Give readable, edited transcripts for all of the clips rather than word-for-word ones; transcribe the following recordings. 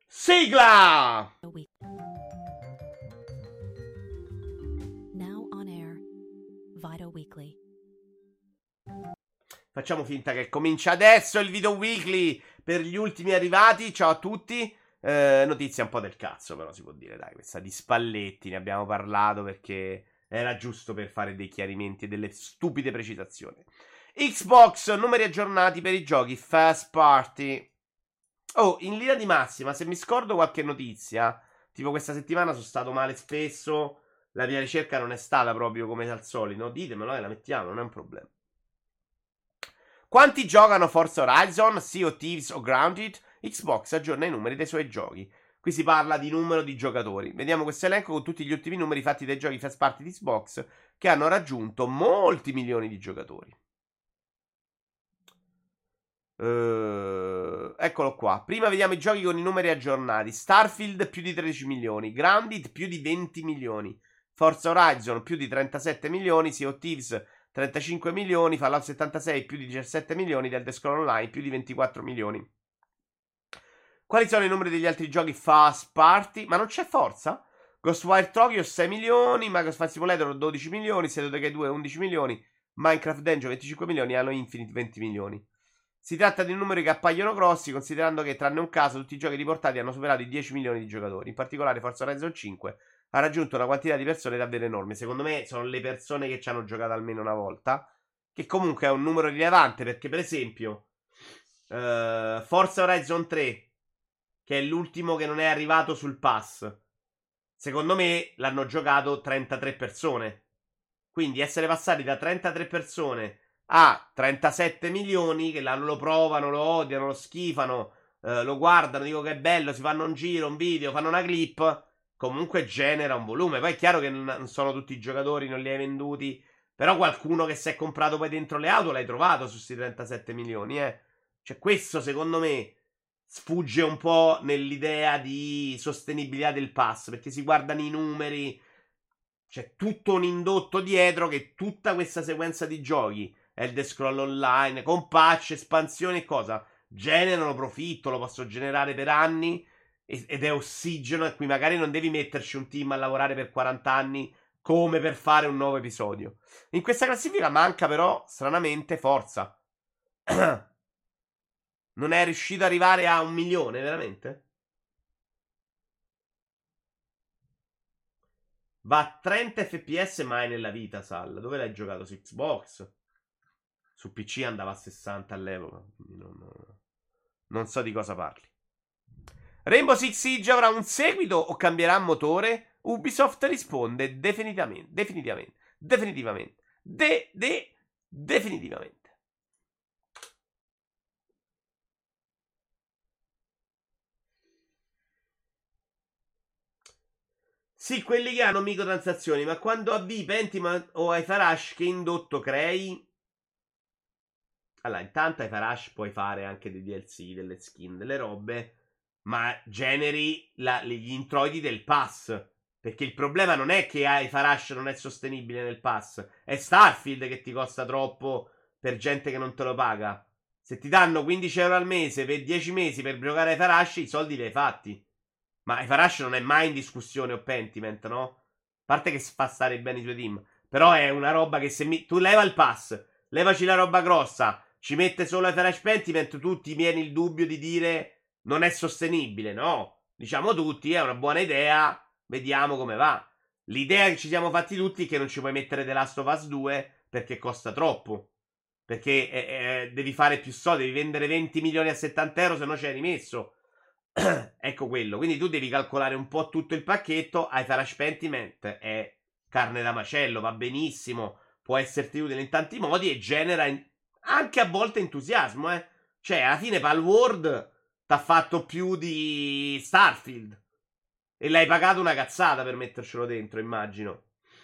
Sigla! Now on air, Vito Weekly. Facciamo finta che comincia adesso il Video Weekly per gli ultimi arrivati. Ciao a tutti. Notizia un po' del cazzo, però si può dire, dai, questa di Spalletti, ne abbiamo parlato perché era giusto per fare dei chiarimenti e delle stupide precisazioni. Xbox, numeri aggiornati per i giochi First Party. Oh, in linea di massima, se mi scordo qualche notizia, tipo questa settimana sono stato male spesso, la mia ricerca non è stata proprio come al solito, ditemelo e la mettiamo, non è un problema. Quanti giocano Forza Horizon, Sea of Thieves o Grounded? Xbox aggiorna i numeri dei suoi giochi. Qui si parla di numero di giocatori. Vediamo questo elenco con tutti gli ultimi numeri fatti dai giochi first party di Xbox che hanno raggiunto molti milioni di giocatori. Eccolo qua. Prima vediamo i giochi con i numeri aggiornati. Starfield più di 13 milioni, Grounded più di 20 milioni, Forza Horizon più di 37 milioni, Sea of Thieves 35 milioni, Fallout 76 più di 17 milioni, Elder Scrolls Online più di 24 milioni. Quali sono i numeri degli altri giochi Fast Party? Ma non c'è Forza? Ghostwire Tokyo 6 milioni, Microsoft Flight Simulator 12 milioni, State of Decay 2 11 milioni, Minecraft Dungeon 25 milioni e Halo Infinite 20 milioni. Si tratta di numeri che appaiono grossi, considerando che, tranne un caso, tutti i giochi riportati hanno superato i 10 milioni di giocatori. In particolare, Forza Horizon 5 ha raggiunto una quantità di persone davvero enorme. Secondo me sono le persone che ci hanno giocato almeno una volta, che comunque è un numero rilevante, perché per esempio Forza Horizon 3, che è l'ultimo che non è arrivato sul pass, secondo me l'hanno giocato 33 persone. Quindi essere passati da 33 persone a 37 milioni che lo provano, lo odiano, lo schifano, lo guardano, dicono che è bello, si fanno un giro, un video, fanno una clip, comunque genera un volume. Poi è chiaro che non sono tutti i giocatori, non li hai venduti, però qualcuno che si è comprato poi dentro le auto l'hai trovato su questi 37 milioni, Cioè questo secondo me sfugge un po' nell'idea di sostenibilità del pass, perché si guardano i numeri, c'è tutto un indotto dietro che tutta questa sequenza di giochi, Elder Scroll Online, con patch, espansioni e cosa, generano profitto, lo posso generare per anni ed è ossigeno e qui magari non devi metterci un team a lavorare per 40 anni come per fare un nuovo episodio. In questa classifica manca però, stranamente, Forza. Non è riuscito ad arrivare a 1 milione, veramente? Va a 30 fps mai nella vita, Sal. Dove l'hai giocato? Su Xbox? Su PC andava a 60 all'epoca. Non so di cosa parli. Rainbow Six Siege avrà un seguito o cambierà motore? Ubisoft risponde definitivamente. Definitivamente. Definitivamente. Sì, quelli che hanno microtransazioni, ma quando avvii Pentiment o iFarash che indotto crei? Allora, intanto iFarash puoi fare anche dei DLC, delle skin, delle robe, ma generi gli introiti del pass. Perché il problema non è che iFarash non è sostenibile nel pass, è Starfield che ti costa troppo per gente che non te lo paga. Se ti danno 15 euro al mese per 10 mesi per giocare iFarash, i soldi li hai fatti. Ma iFarash non è mai in discussione o Pentiment, no? A parte che fa stare bene i suoi team. Però è una roba che se tu leva il pass, levaci la roba grossa, ci mette solo iFarash Pentiment, tu ti viene il dubbio di dire non è sostenibile, no? Diciamo tutti, è una buona idea, vediamo come va. L'idea che ci siamo fatti tutti è che non ci puoi mettere The Last of Us 2 perché costa troppo. Perché devi fare più soldi, devi vendere 20 milioni a 70 euro, se no ci hai rimesso. Ecco quello. Quindi tu devi calcolare un po' tutto il pacchetto. iFarash Pentiment è carne da macello, va benissimo, può esserti utile in tanti modi e genera anche a volte entusiasmo, Cioè, alla fine Palworld t'ha fatto più di Starfield e l'hai pagato una cazzata per mettercelo dentro, immagino.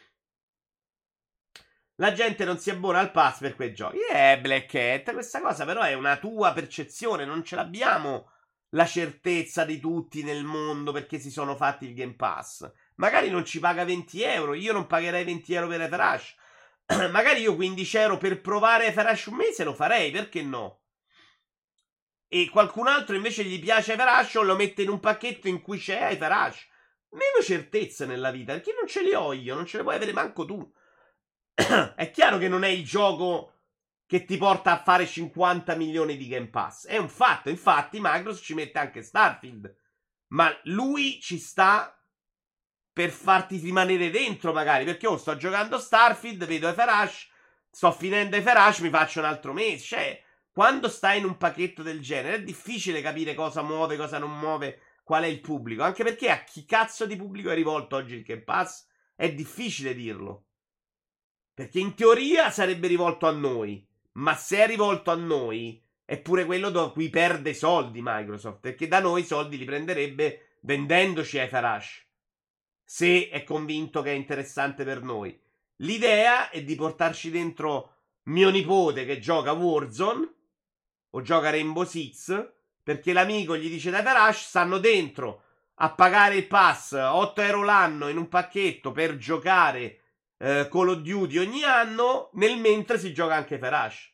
La gente non si abbona al pass per quei giochi. Black Cat, questa cosa però è una tua percezione, non ce l'abbiamo la certezza di tutti nel mondo perché si sono fatti il Game Pass. Magari non ci paga 20 euro, io non pagherei 20 euro per iFarash. Magari io 15 euro per provare iFarash un mese lo farei, perché no? e qualcun altro invece gli piace Hyper Rush o lo mette in un pacchetto in cui c'è Hyper Rush. Meno certezze nella vita, perché non ce le ho io, non ce le puoi avere manco tu. È chiaro che non è il gioco che ti porta a fare 50 milioni di Game Pass. È un fatto, infatti Microsoft ci mette anche Starfield. Ma lui ci sta per farti rimanere dentro magari, perché io sto giocando Starfield, vedo Hyper Rush, sto finendo Hyper Rush, mi faccio un altro mese. Cioè, quando stai in un pacchetto del genere è difficile capire cosa muove, cosa non muove, qual è il pubblico. Anche perché a chi cazzo di pubblico è rivolto oggi il Game Pass? È difficile dirlo. Perché in teoria sarebbe rivolto a noi. Ma se è rivolto a noi, è pure quello da cui perde soldi Microsoft. Perché da noi i soldi li prenderebbe vendendoci Hyper Rush. Se è convinto che è interessante per noi. L'idea è di portarci dentro mio nipote che gioca Warzone o gioca Rainbow Six, perché l'amico gli dice Hyper Rush, stanno dentro a pagare il pass 8 euro l'anno in un pacchetto per giocare Call of Duty ogni anno, nel mentre si gioca anche Hyper Rush.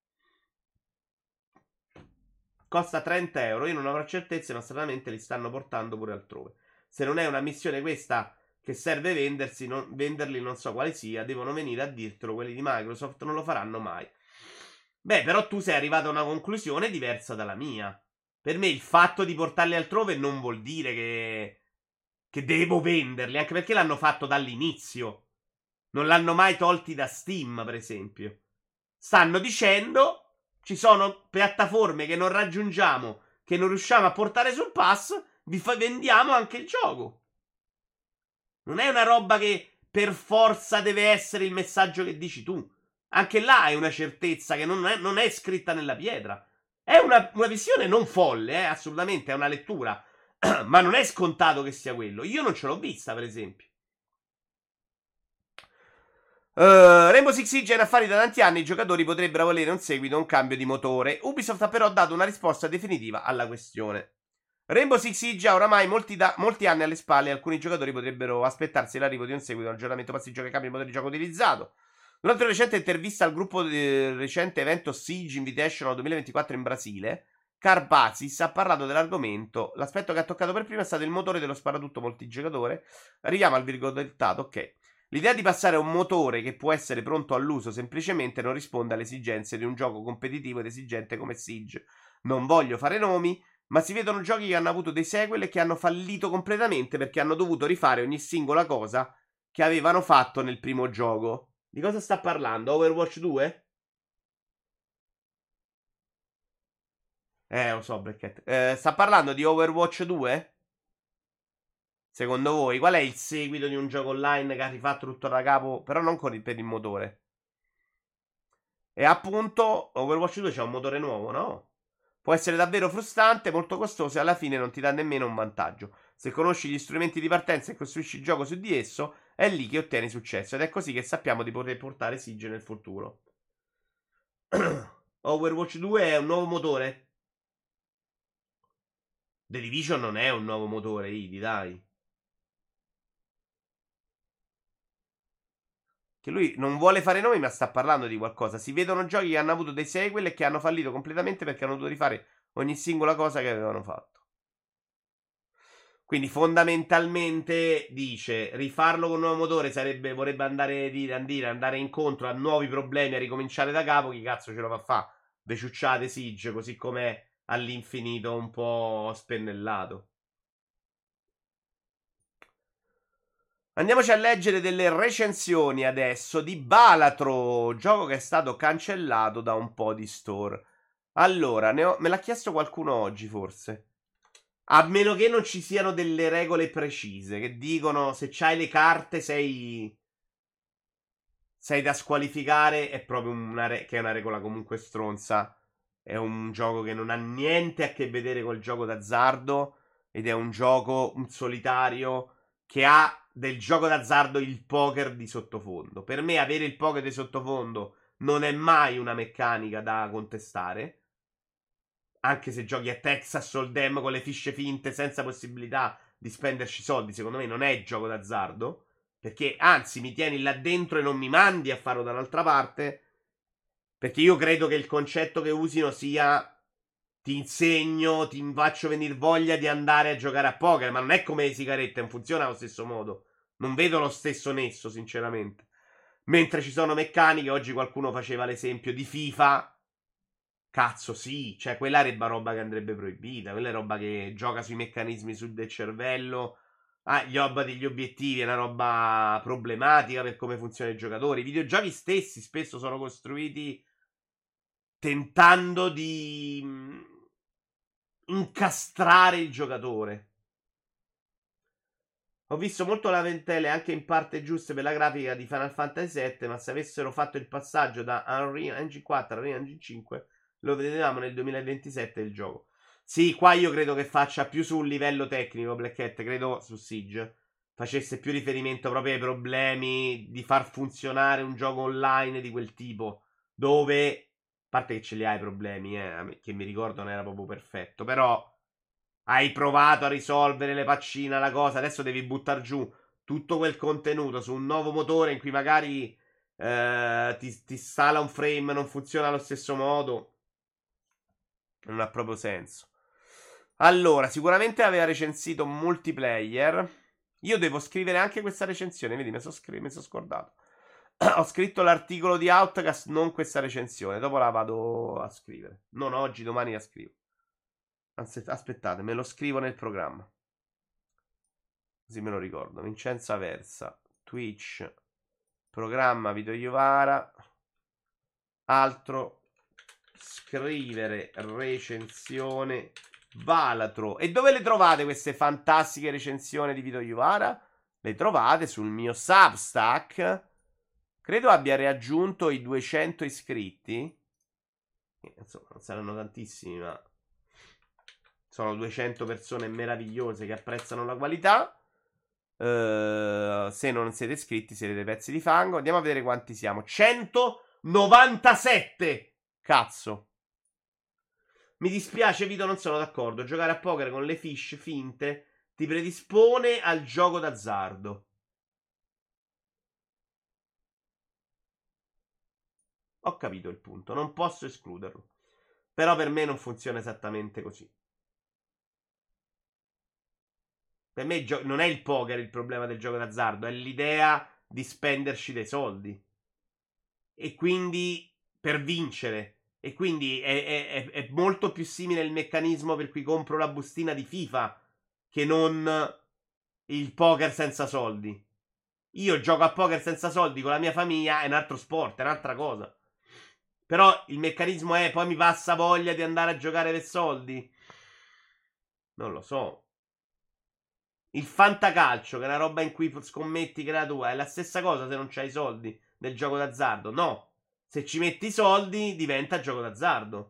Costa 30 euro, io non avrò certezze, ma stranamente li stanno portando pure altrove. Se non è una missione questa che serve venderli, non so quale sia, devono venire a dirtelo quelli di Microsoft, non lo faranno mai. Beh, però tu sei arrivato a una conclusione diversa dalla mia. Per me il fatto di portarli altrove non vuol dire che devo venderli, anche perché l'hanno fatto dall'inizio. Non l'hanno mai tolti da Steam, per esempio. Stanno dicendo ci sono piattaforme che non raggiungiamo, che non riusciamo a portare sul pass, vendiamo anche il gioco. Non è una roba che per forza deve essere il messaggio che dici tu. Anche là è una certezza che non è scritta nella pietra. È una visione non folle, assolutamente, è una lettura. Ma non è scontato che sia quello. Io non ce l'ho vista, per esempio. Rainbow Six Siege è in affari da tanti anni. I giocatori potrebbero volere un seguito o un cambio di motore. Ubisoft ha però dato una risposta definitiva alla questione. Rainbow Six Siege ha oramai molti anni alle spalle e alcuni giocatori potrebbero aspettarsi l'arrivo di un seguito, un aggiornamento passeggio che cambia il modo di gioco utilizzato. Durante una recente intervista al gruppo del recente evento Siege Invitational 2024 in Brasile, Carbazis ha parlato dell'argomento. L'aspetto che ha toccato per prima è stato il motore dello sparatutto multigiocatore. Arriviamo al virgolettato, ok. L'idea di passare a un motore che può essere pronto all'uso semplicemente non risponde alle esigenze di un gioco competitivo ed esigente come Siege. Non voglio fare nomi, ma si vedono giochi che hanno avuto dei sequel e che hanno fallito completamente perché hanno dovuto rifare ogni singola cosa che avevano fatto nel primo gioco. Di cosa sta parlando? Overwatch 2? Lo so, Black Cat. Sta parlando di Overwatch 2? Secondo voi, qual è il seguito di un gioco online che ha rifatto tutto da capo, però non per il motore? E appunto, Overwatch 2 c'è un motore nuovo, no? Può essere davvero frustrante, molto costoso e alla fine non ti dà nemmeno un vantaggio. Se conosci gli strumenti di partenza e costruisci il gioco su di esso, è lì che ottieni successo. Ed è così che sappiamo di poter portare Siege nel futuro. Overwatch 2 è un nuovo motore? The Division non è un nuovo motore, Idi, dai. Che lui non vuole fare nomi, ma sta parlando di qualcosa. Si vedono giochi che hanno avuto dei sequel e che hanno fallito completamente perché hanno dovuto rifare ogni singola cosa che avevano fatto. Quindi fondamentalmente dice rifarlo con un nuovo motore vorrebbe andare incontro a nuovi problemi, a ricominciare da capo. Chi cazzo ce lo fa fa? Deciucciate Siege così com'è all'infinito, un po' spennellato. Andiamoci a leggere delle recensioni adesso di Balatro, gioco che è stato cancellato da un po' di store. Allora, me l'ha chiesto qualcuno oggi forse. A meno che non ci siano delle regole precise che dicono se c'hai le carte sei da squalificare. È proprio che è una regola comunque stronza. È un gioco che non ha niente a che vedere col gioco d'azzardo ed è un gioco, un solitario che ha del gioco d'azzardo il poker di sottofondo. Per me avere il poker di sottofondo non è mai una meccanica da contestare. Anche se giochi a Texas Hold'em con le fisce finte senza possibilità di spenderci soldi, secondo me non è gioco d'azzardo. Perché anzi mi tieni là dentro e non mi mandi a farlo dall'altra parte. Perché io credo che il concetto che usino sia ti insegno, ti faccio venire voglia di andare a giocare a poker, ma non è come le sigarette, non funziona allo stesso modo. Non vedo lo stesso nesso, sinceramente. Mentre ci sono meccaniche, oggi qualcuno faceva l'esempio di FIFA. Cazzo, sì, cioè quella è roba che andrebbe proibita, quella è roba che gioca sui meccanismi del cervello. Ah, degli obiettivi è una roba problematica per come funzionano i giocatori. I videogiochi stessi spesso sono costruiti tentando di incastrare il giocatore. Ho visto molto lamentele anche in parte giuste per la grafica di Final Fantasy VII, ma se avessero fatto il passaggio da Unreal Engine 4 a Unreal Engine 5 lo vedevamo nel 2027 il gioco. Sì, qua io credo che faccia più sul livello tecnico Black Hat, credo su Siege facesse più riferimento proprio ai problemi di far funzionare un gioco online di quel tipo, dove, a parte che ce li hai i problemi, che mi ricordo non era proprio perfetto, però hai provato a risolvere le paccine, la cosa, adesso devi buttare giù tutto quel contenuto su un nuovo motore in cui magari ti sala un frame, non funziona allo stesso modo. Non ha proprio senso. Allora, sicuramente aveva recensito multiplayer. Io devo scrivere anche questa recensione, vedi, mi sono scordato. Ho scritto l'articolo di Outcast, non questa recensione. Dopo la vado a scrivere. Non oggi, domani la scrivo. Anzi, aspettate, me lo scrivo nel programma. Così me lo ricordo. Vincenza Versa, Twitch, programma Vito Iovara. Altro, scrivere recensione Balatro. E dove le trovate queste fantastiche recensioni di Vito Iovara? Le trovate sul mio Substack. Credo abbia raggiunto i 200 iscritti. Insomma, non saranno tantissimi, ma sono 200 persone meravigliose che apprezzano la qualità. Se non siete iscritti, siete dei pezzi di fango. Andiamo a vedere quanti siamo. 197! Cazzo. Mi dispiace, Vito, non sono d'accordo. Giocare a poker con le fish finte ti predispone al gioco d'azzardo. Ho capito il punto, non posso escluderlo. Però per me non funziona esattamente così. Per me non è il poker il problema del gioco d'azzardo, è l'idea di spenderci dei soldi. E quindi per vincere. E quindi è molto più simile il meccanismo per cui compro la bustina di FIFA che non il poker senza soldi. Io gioco a poker senza soldi con la mia famiglia, è un altro sport, è un'altra cosa. Però il meccanismo è poi mi passa voglia di andare a giocare per soldi. Non lo so. Il fantacalcio, che è una roba in cui scommetti che la tua, è la stessa cosa se non c'hai i soldi del gioco d'azzardo. No. Se ci metti i soldi diventa gioco d'azzardo.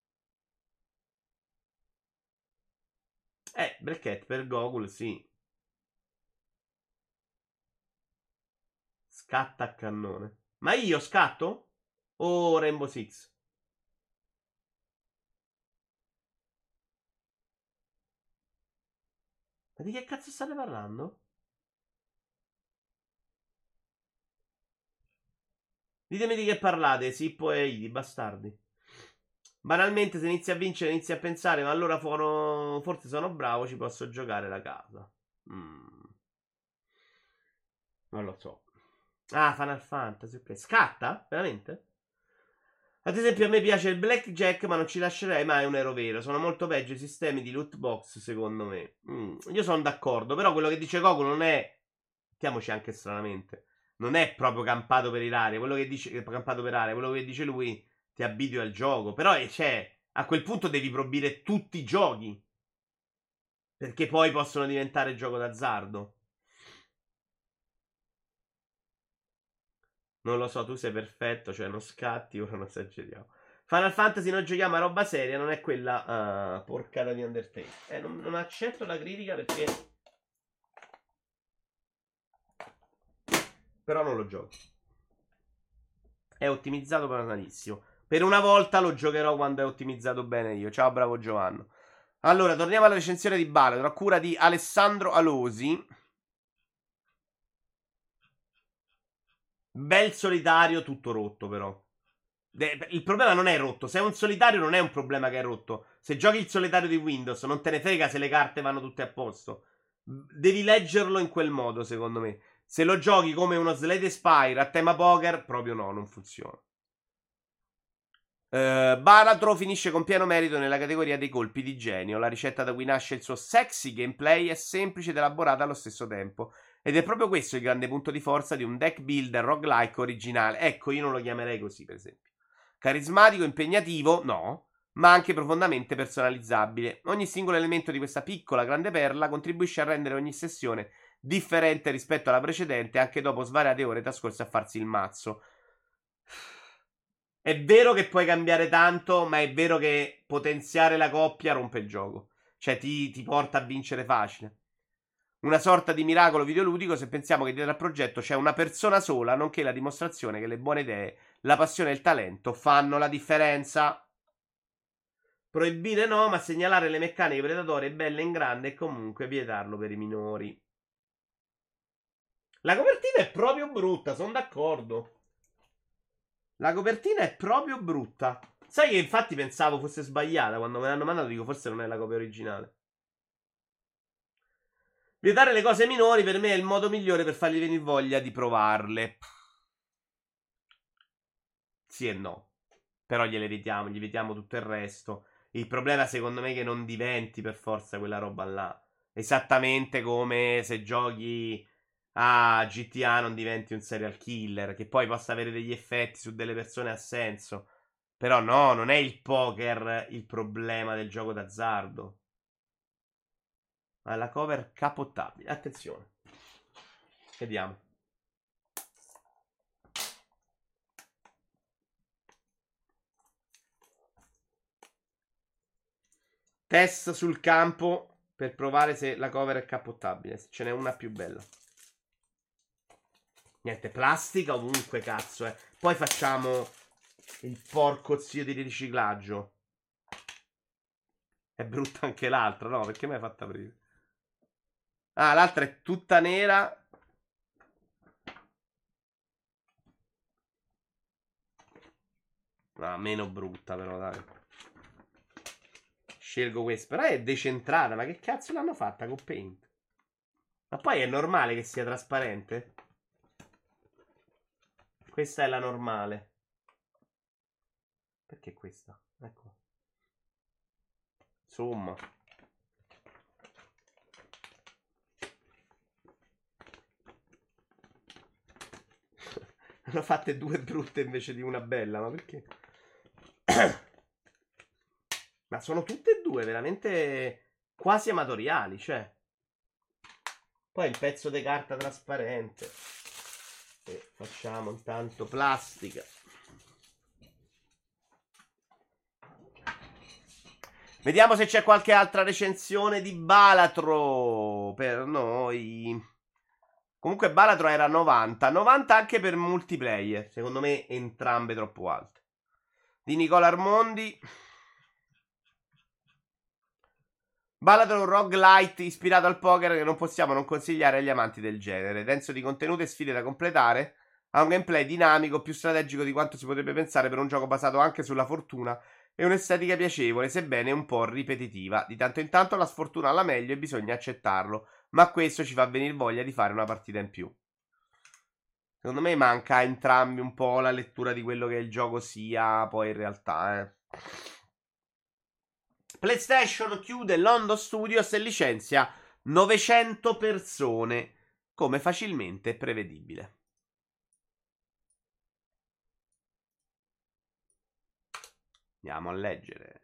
Bracket per Gogol, sì. Scatta a cannone. Ma io scatto? O Rainbow Six? Ma di che cazzo state parlando? Ditemi di che parlate, Sippo e Idi, bastardi. Banalmente, se inizi a vincere, inizi a pensare, ma allora forse sono bravo, ci posso giocare la casa. Non lo so. Ah, Final Fantasy, ok. Scatta? Veramente? Ad esempio, a me piace il blackjack, ma non ci lascerei mai un ero vero. Sono molto peggio i sistemi di loot box, secondo me. Io sono d'accordo, però quello che dice Goku non è. Mettiamoci anche stranamente. Non è proprio campato per aria. Quello che dice. Campato per aria. Quello che dice lui ti abitui al gioco. Però c'è. A quel punto devi proibire tutti i giochi. Perché poi possono diventare gioco d'azzardo. Non lo so, tu sei perfetto, cioè non scatti, ora non esageriamo. Final Fantasy noi giochiamo a roba seria, non è quella porcata di Undertale. Non accetto la critica perché. Però non lo gioco. È ottimizzato malissimo. Per una volta lo giocherò quando è ottimizzato bene io. Ciao, bravo Giovanni. Allora, torniamo alla recensione di Balatro a cura di Alessandro Alosi. Bel solitario, tutto rotto però. Il problema non è rotto. Se è un solitario non è un problema che è rotto. Se giochi il solitario di Windows non te ne frega se le carte vanno tutte a posto. Devi leggerlo in quel modo, secondo me. Se lo giochi come uno Slade Spire a tema poker, proprio no, non funziona. Balatro finisce con pieno merito nella categoria dei colpi di genio. La ricetta da cui nasce il suo sexy gameplay è semplice ed elaborata allo stesso tempo. Ed è proprio questo il grande punto di forza di un deck builder roguelike originale. Ecco, io non lo chiamerei così, per esempio. Carismatico, impegnativo, no, ma anche profondamente personalizzabile. Ogni singolo elemento di questa piccola grande perla contribuisce a rendere ogni sessione differente rispetto alla precedente, anche dopo svariate ore trascorse a farsi il mazzo. È vero che puoi cambiare tanto, ma è vero che potenziare la coppia rompe il gioco. Cioè ti porta a vincere facile. Una sorta di miracolo videoludico se pensiamo che dietro al progetto c'è una persona sola, nonché la dimostrazione che le buone idee, la passione e il talento fanno la differenza. Proibire no, ma segnalare le meccaniche predatorie belle in grande e comunque vietarlo per i minori. La copertina è proprio brutta, sono d'accordo. La copertina è proprio brutta. Sai che infatti pensavo fosse sbagliata quando me l'hanno mandato, dico forse non è la copia originale. Vietare le cose minori per me è il modo migliore per fargli venire voglia di provarle. Sì e no. Però gliele vietiamo, gli vietiamo tutto il resto. Il problema secondo me è che non diventi per forza quella roba là. Esattamente come se giochi a GTA non diventi un serial killer. Che poi possa avere degli effetti su delle persone ha senso. Però no, non è il poker il problema del gioco d'azzardo. Ma la cover capottabile. Attenzione. Vediamo. Test sul campo per provare se la cover è capottabile. Se ce n'è una più bella. Niente, plastica ovunque, cazzo, eh. Poi facciamo il porco zio di riciclaggio. È brutta anche l'altra, no? Perché mi hai fatta aprire? Ah, l'altra è tutta nera. No, meno brutta però, dai. Scelgo questa. Però è decentrata, ma che cazzo l'hanno fatta con Paint? Ma poi è normale che sia trasparente? Questa è la normale. Perché questa? Ecco. Insomma. Hanno fatte due brutte invece di una bella, ma perché? Ma sono tutte e due veramente quasi amatoriali, cioè. Poi il pezzo di carta trasparente. E facciamo intanto plastica. Vediamo se c'è qualche altra recensione di Balatro per noi. Comunque Balatro era 90. 90 anche per multiplayer. Secondo me entrambe troppo alte. Di Nicola Armondi. Balatro è un roguelite ispirato al poker che non possiamo non consigliare agli amanti del genere. Denso di contenuti e sfide da completare. Ha un gameplay dinamico, più strategico di quanto si potrebbe pensare per un gioco basato anche sulla fortuna e un'estetica piacevole, sebbene un po' ripetitiva. Di tanto in tanto la sfortuna alla meglio e bisogna accettarlo, ma questo ci fa venire voglia di fare una partita in più. Secondo me manca a entrambi un po' la lettura di quello che il gioco sia poi in realtà, PlayStation chiude London Studios e licenzia 900 persone, come facilmente prevedibile. Andiamo a leggere.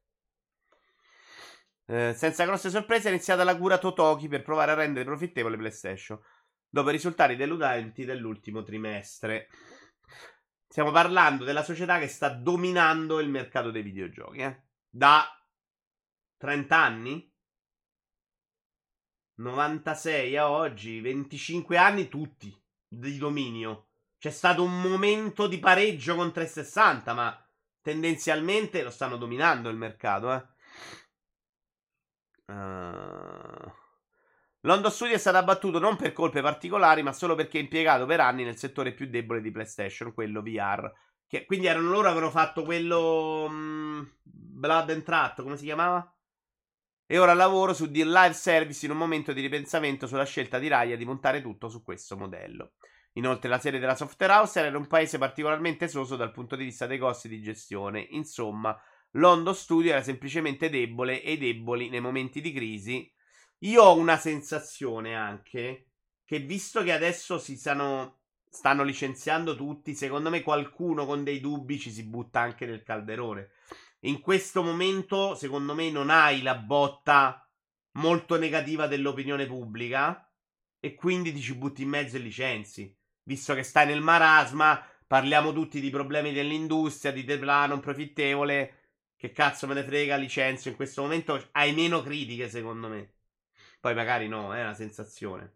Senza grosse sorprese è iniziata la cura Totoki per provare a rendere profittevole PlayStation dopo i risultati deludenti dell'ultimo trimestre. Stiamo parlando della società che sta dominando il mercato dei videogiochi, da 30 anni? 96 a oggi, 25 anni tutti di dominio. C'è stato un momento di pareggio con 360, ma tendenzialmente lo stanno dominando il mercato, London Studio è stato abbattuto non per colpe particolari, ma solo perché è impiegato per anni nel settore più debole di PlayStation, quello VR, Quindi erano loro, avevano fatto quello Blood and Trat, come si chiamava? E ora lavoro su Dear Live Service in un momento di ripensamento sulla scelta di Raya di montare tutto su questo modello. Inoltre la serie della Software House era in un paese particolarmente esoso dal punto di vista dei costi di gestione. Insomma, Londo Studio era semplicemente debole e i deboli nei momenti di crisi. Io ho una sensazione anche che visto che adesso stanno licenziando tutti, secondo me qualcuno con dei dubbi ci si butta anche nel calderone. In questo momento, secondo me, non hai la botta molto negativa dell'opinione pubblica e quindi ti ci butti in mezzo e licenzi. Visto che stai nel marasma, parliamo tutti di problemi dell'industria, di depla non profittevole. Che cazzo me ne frega, licenzio. In questo momento hai meno critiche, secondo me. Poi magari no, è una sensazione.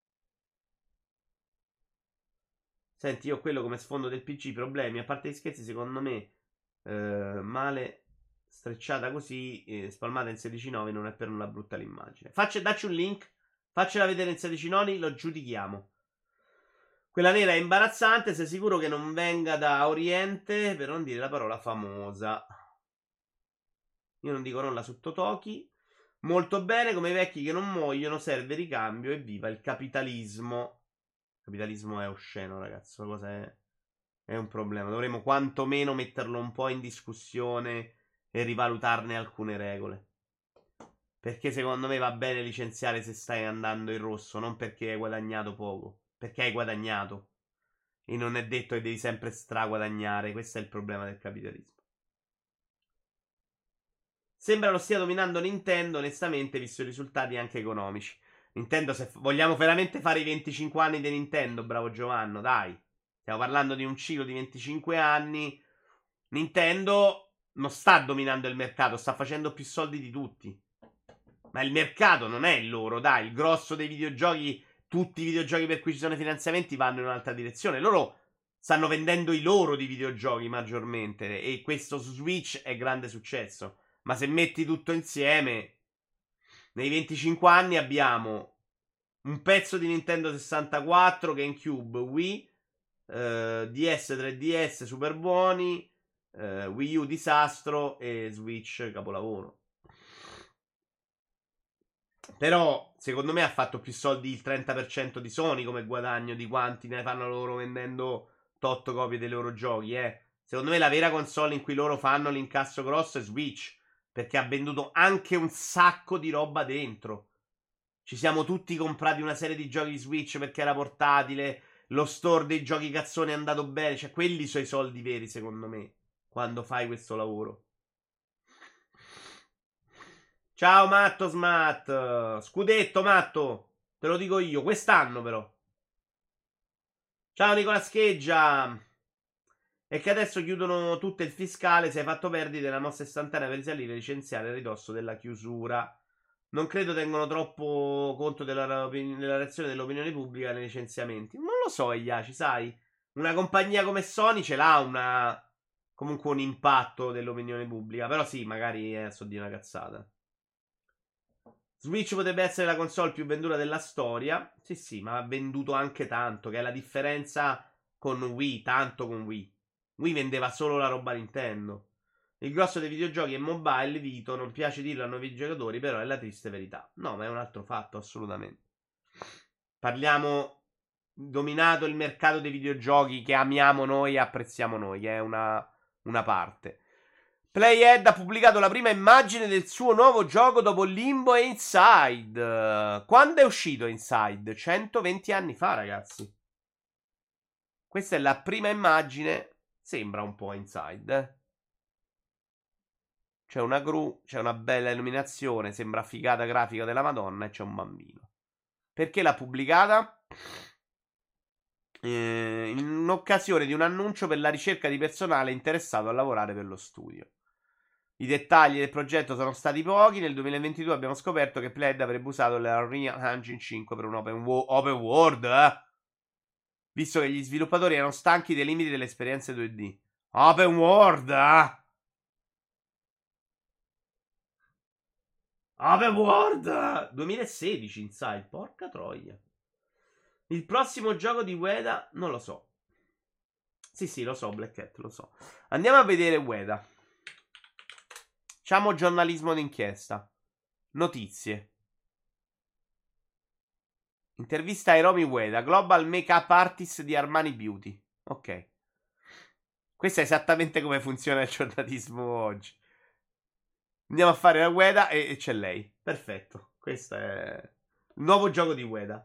Senti, io ho quello come sfondo del PC, problemi, a parte gli scherzi, secondo me, male strecciata così, spalmata in 16:9 non è per nulla brutta l'immagine. Dacci un link, faccela vedere in 16:9, lo giudichiamo. Quella nera è imbarazzante, sei sicuro che non venga da Oriente, per non dire la parola famosa. Io non dico nulla su Totoki. Molto bene, come i vecchi che non muoiono, serve ricambio e viva il capitalismo. Il capitalismo è osceno, ragazzi. La cosa è un problema. Dovremmo quantomeno metterlo un po' in discussione e rivalutarne alcune regole. Perché secondo me va bene licenziare se stai andando in rosso, non perché hai guadagnato poco, perché hai guadagnato. E non è detto che devi sempre straguadagnare. Questo è il problema del capitalismo. Sembra lo stia dominando Nintendo, onestamente, visto i risultati anche economici. Nintendo, se vogliamo veramente fare i 25 anni di Nintendo, bravo Giovanni, dai. Stiamo parlando di un ciclo di 25 anni. Nintendo non sta dominando il mercato, sta facendo più soldi di tutti. Ma il mercato non è il loro, dai. Il grosso dei videogiochi, tutti i videogiochi per cui ci sono i finanziamenti vanno in un'altra direzione. Loro stanno vendendo i loro di videogiochi maggiormente. E questo su Switch è grande successo. Ma se metti tutto insieme, nei 25 anni abbiamo un pezzo di Nintendo 64, GameCube, Wii, DS, 3DS super buoni, Wii U disastro e Switch capolavoro. Però, secondo me ha fatto più soldi il 30% di Sony come guadagno di quanti ne fanno loro vendendo tot copie dei loro giochi, Secondo me la vera console in cui loro fanno l'incasso grosso è Switch, perché ha venduto anche un sacco di roba dentro. Ci siamo tutti comprati una serie di giochi di Switch perché era portatile. Lo store dei giochi cazzone è andato bene. Cioè, quelli sono i soldi veri, secondo me, quando fai questo lavoro. Ciao Matto Smat. Scudetto Matto. Te lo dico io, quest'anno però. Ciao Nicola Scheggia. E che adesso chiudono tutto il fiscale. Se hai fatto perdite la mossa istantanea per risalire e licenziare a ridosso della chiusura. Non credo tengano troppo conto della reazione dell'opinione pubblica nei licenziamenti. Non lo so, Iaci, sai. Una compagnia come Sony ce l'ha comunque un impatto dell'opinione pubblica. Però sì, magari so di una cazzata. Switch potrebbe essere la console più venduta della storia. Sì, sì, ma ha venduto anche tanto, che è la differenza con Wii, tanto con Wii. Wii vendeva solo la roba Nintendo. Il grosso dei videogiochi è mobile, Vito, non piace dirlo a nuovi giocatori, però è la triste verità. No, ma è un altro fatto, assolutamente. Parliamo dominato il mercato dei videogiochi che amiamo noi e apprezziamo noi, è una parte. Playhead ha pubblicato la prima immagine del suo nuovo gioco dopo Limbo e Inside. Quando è uscito Inside? 120 anni fa, ragazzi. Questa è la prima immagine. Sembra un po' Inside, C'è una gru, c'è una bella illuminazione, sembra figata grafica della Madonna e c'è un bambino. Perché l'ha pubblicata? In occasione di un annuncio per la ricerca di personale interessato a lavorare per lo studio. I dettagli del progetto sono stati pochi. Nel 2022 abbiamo scoperto che Playhead avrebbe usato la Unreal Engine 5 per un open world, visto che gli sviluppatori erano stanchi dei limiti delle esperienze 2D. Open world, Open World 2016 Inside, porca troia. Il prossimo gioco di Ueda non lo so. Sì, lo so, Black Cat, lo so. Andiamo a vedere Ueda. Facciamo giornalismo d'inchiesta. Notizie. Intervista a Hiromi Ueda, Global Makeup Artist di Armani Beauty. Ok. Questo è esattamente come funziona il giornalismo oggi. Andiamo a fare la Ueda e c'è lei. Perfetto. Questo è il nuovo gioco di Ueda.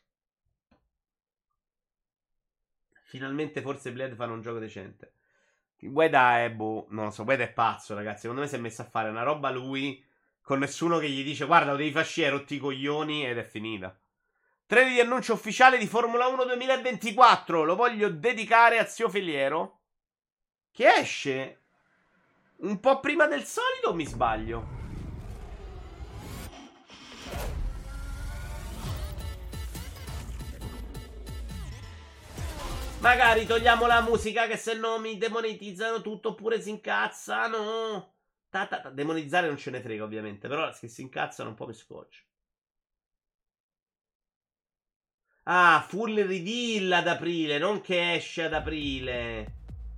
Finalmente forse Blade fanno un gioco decente. Ueda è non lo so, Ueda è pazzo, ragazzi. Secondo me si è messo a fare una roba lui con nessuno che gli dice guarda, lo devi fare sci, rotti i coglioni ed è finita. Trailer di annuncio ufficiale di Formula 1 2024. Lo voglio dedicare a Zio Filiero, che esce un po' prima del solito o mi sbaglio? Magari togliamo la musica che se no mi demonetizzano tutto oppure si incazzano. Demonizzare non ce ne frega ovviamente, però che si incazzano un po' mi scoccia. Ah, full reveal ad aprile, non che esce ad aprile.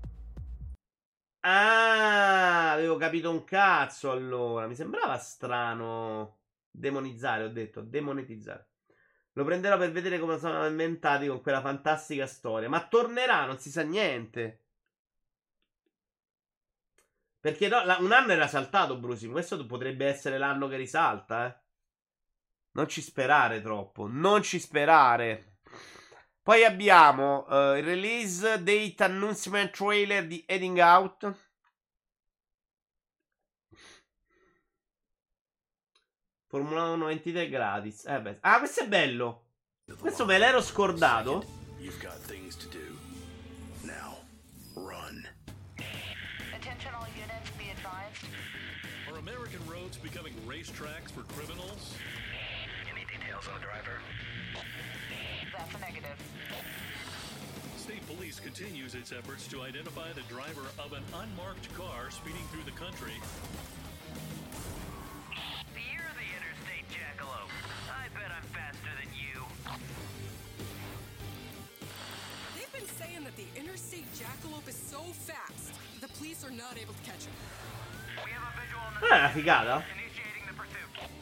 Ah, avevo capito un cazzo allora. Mi sembrava strano demonizzare, ho detto, demonetizzare. Lo prenderò per vedere come sono inventati con quella fantastica storia. Ma tornerà, non si sa niente. Perché no, un anno era saltato, Brusim. Questo potrebbe essere l'anno che risalta, eh. Non ci sperare troppo. Non ci sperare. Poi abbiamo il release date announcement trailer di Heading Out. Formula 1 23 gratis. Beh. Ah, questo è bello. Questo me l'ero scordato. You've got things to do. Now, run. Attention all units, be advised. Are American roads becoming racetracks for criminals? Any details on the driver? That's a negative. State police continues its efforts to identify the driver of an unmarked car speeding through the country. You're the interstate jackalope. I bet I'm faster than you. They've been saying that the interstate jackalope is so fast, the police are not able to catch him. We have a visual on Non è una figata? initiating the pursuit.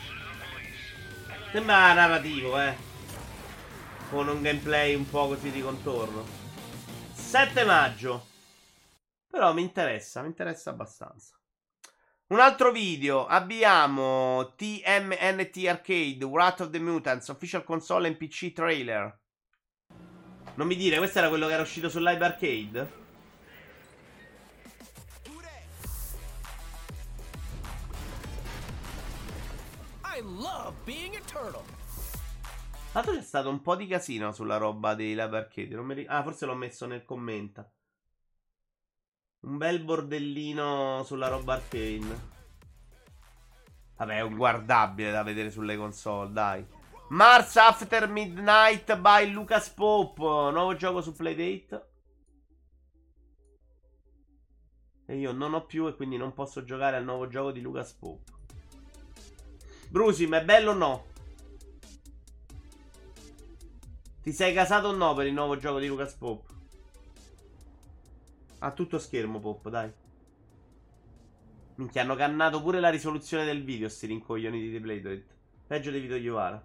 Sembra narrativo, con un gameplay un po' così di contorno. 7 maggio. Però mi interessa abbastanza. Un altro video. Abbiamo TMNT Arcade, Wrath of the Mutants, Official Console and PC Trailer. Non mi dire, questo era quello che era uscito su Live Arcade? I love being a turtle. Tanto c'è stato un po' di casino sulla roba dei Live Arcade. Non mi forse l'ho messo nel commento. Un bel bordellino sulla roba arcade. Vabbè, è un guardabile da vedere sulle console, dai. Mars After Midnight by Lucas Pope. Nuovo gioco su Playdate. E io non ho più e quindi non posso giocare al nuovo gioco di Lucas Pope. Brusim, è bello o no? Ti sei casato o no per il nuovo gioco di Lucas Pope? A tutto schermo, Pop, dai. Minchia, hanno cannato pure la risoluzione del video, sti rincoglioniti di Playdate. Peggio di Vito Iovara.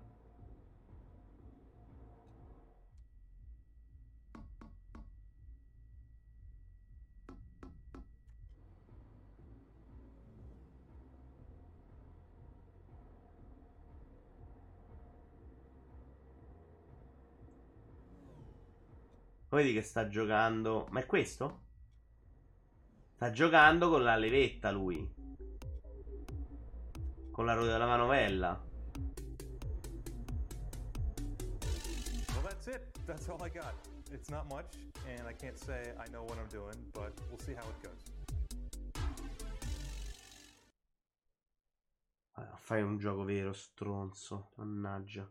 Vedi che sta giocando. Ma è questo? Sta giocando con la levetta lui. Con la ruota della manovella. Well, that's it. That's all I got. It's not much, and I can't say I know what I'm doing, but we'll see how it goes. Fai un gioco vero, stronzo. Mannaggia.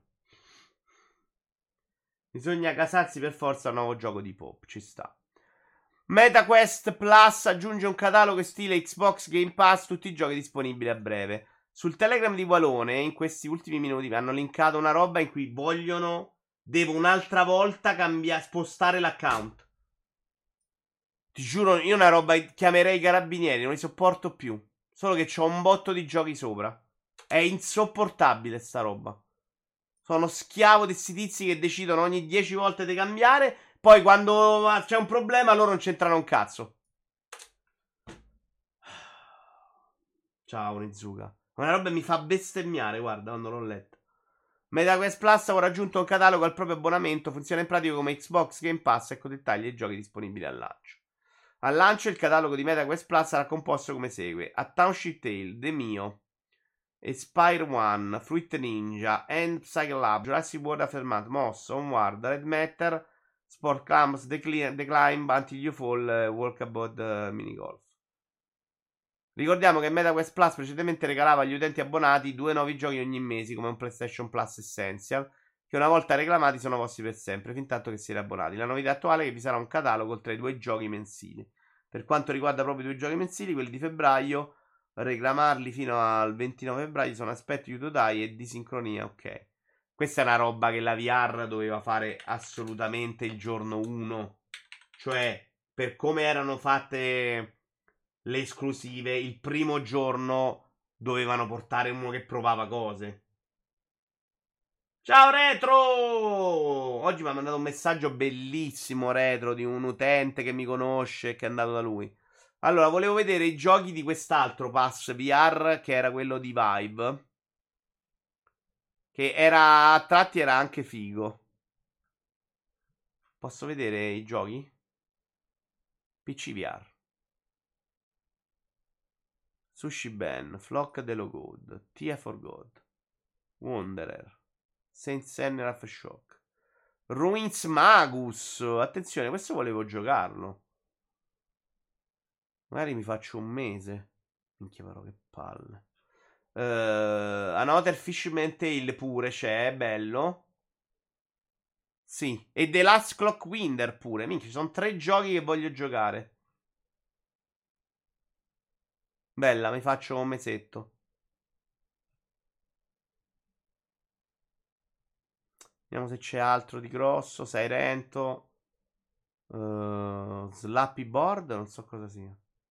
Bisogna casarsi per forza a un nuovo gioco di Pop. Ci sta. MetaQuest Plus aggiunge un catalogo stile Xbox Game Pass. Tutti i giochi disponibili a breve. Sul Telegram di Walone, in questi ultimi minuti, mi hanno linkato una roba in cui vogliono. Devo un'altra volta spostare l'account. Ti giuro, io una roba chiamerei i carabinieri, non li sopporto più. Solo che c'ho un botto di giochi sopra. È insopportabile sta roba. Sono schiavo di sti tizi che decidono ogni 10 volte di cambiare. Poi quando c'è un problema loro non c'entrano un cazzo. Ciao Nizuka. Una roba mi fa bestemmiare, guarda, quando l'ho letto. MetaQuest Plus ha raggiunto un catalogo al proprio abbonamento. Funziona in pratica come Xbox Game Pass. Ecco dettagli e giochi disponibili al lancio. Al lancio il catalogo di MetaQuest Plus sarà composto come segue: A Township Tale, The Mio, Aspire One, Fruit Ninja, End Psycholab, Jurassic World Aftermath, Moss, Onward, Red Matter, Sport Clubs, The Climb, Until You Fall, Walkabout Minigolf. Ricordiamo che MetaQuest Plus precedentemente regalava agli utenti abbonati 2 nuovi giochi ogni mese come un PlayStation Plus Essential, che una volta reclamati sono vostri per sempre, fin tanto che siete abbonati. La novità attuale è che vi sarà un catalogo oltre ai 2 giochi mensili. Per quanto riguarda proprio i 2 giochi mensili, quelli di febbraio, reclamarli fino al 29 febbraio sono Aspect You to Die e Disincronia, ok. Questa è una roba che la VR doveva fare assolutamente il giorno 1. Cioè, per come erano fatte le esclusive, il primo giorno dovevano portare uno che provava cose. Ciao Retro! Oggi mi ha mandato un messaggio bellissimo Retro di un utente che mi conosce e che è andato da lui. Allora, volevo vedere i giochi di quest'altro pass VR che era quello di Vive. Che era a tratti era anche figo. Posso vedere i giochi? PC VR. Sushi Ben, Flock Delo God, Tia for God, Wanderer, Saint Seraph Shock, Ruins Magus. Attenzione, questo volevo giocarlo. Magari mi faccio un mese. Minchia però che palle. Another Fishman Tale pure c'è, è bello. Sì, e The Last Clockwinder pure. Minchia, ci sono 3 giochi che voglio giocare. Bella, mi faccio un mesetto. Vediamo se c'è altro di grosso. Sairento. Slappy Board, non so cosa sia.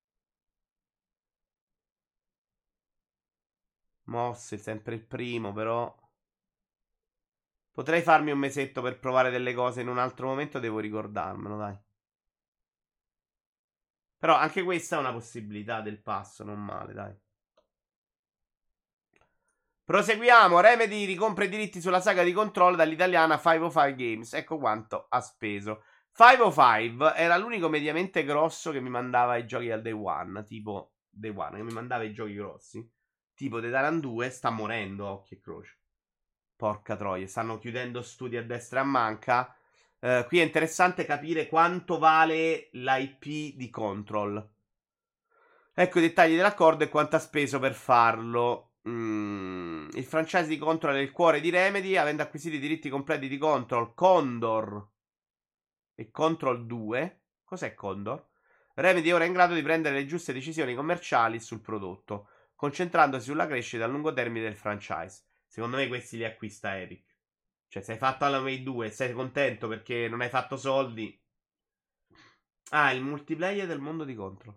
Mosse, sempre il primo, però. Potrei farmi un mesetto per provare delle cose in un altro momento, devo ricordarmelo, dai. Però anche questa è una possibilità del passo, non male, dai. Proseguiamo. Remedy ricompra i diritti sulla saga di Control dall'italiana 505 Games. Ecco quanto ha speso. 505 era l'unico mediamente grosso che mi mandava i giochi al day one. Tipo day one, che mi mandava i giochi grossi. Tipo The Taran 2 sta morendo a occhio e croce. Porca troia, stanno chiudendo studi a destra e a manca. Qui è interessante capire quanto vale l'IP di Control. Ecco i dettagli dell'accordo e quanto ha speso per farlo. Il franchise di Control è il cuore di Remedy, avendo acquisito i diritti completi di Control, Condor e Control 2. Cos'è Condor? Remedy ora è in grado di prendere le giuste decisioni commerciali sul prodotto, concentrandosi sulla crescita a lungo termine del franchise. Secondo me questi li acquista Epic. Cioè, se hai fatto Alan Wake 2 e sei contento perché non hai fatto soldi. Ah, il multiplayer del mondo di Control.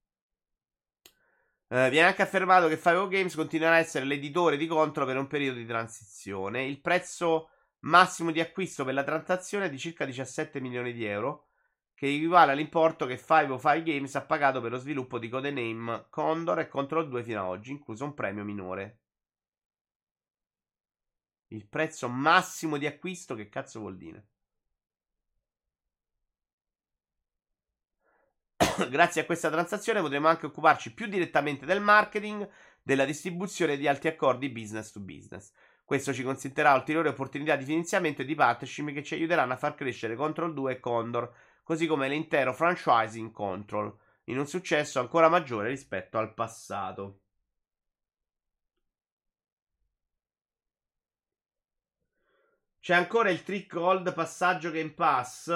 Viene anche affermato che 5 Games continuerà a essere l'editore di Control per un periodo di transizione. Il prezzo massimo di acquisto per la transazione è di circa 17 milioni di euro, che equivale all'importo che 505 Games ha pagato per lo sviluppo di Codename Condor e Control 2 fino ad oggi, incluso un premio minore. Il prezzo massimo di acquisto, che cazzo vuol dire? Grazie a questa transazione potremo anche occuparci più direttamente del marketing, della distribuzione e di altri accordi business to business. Questo ci consentirà ulteriori opportunità di finanziamento e di partnership che ci aiuteranno a far crescere Control 2 e Condor, così come l'intero franchising Control, in un successo ancora maggiore rispetto al passato. C'è ancora il Trick Gold passaggio Game Pass.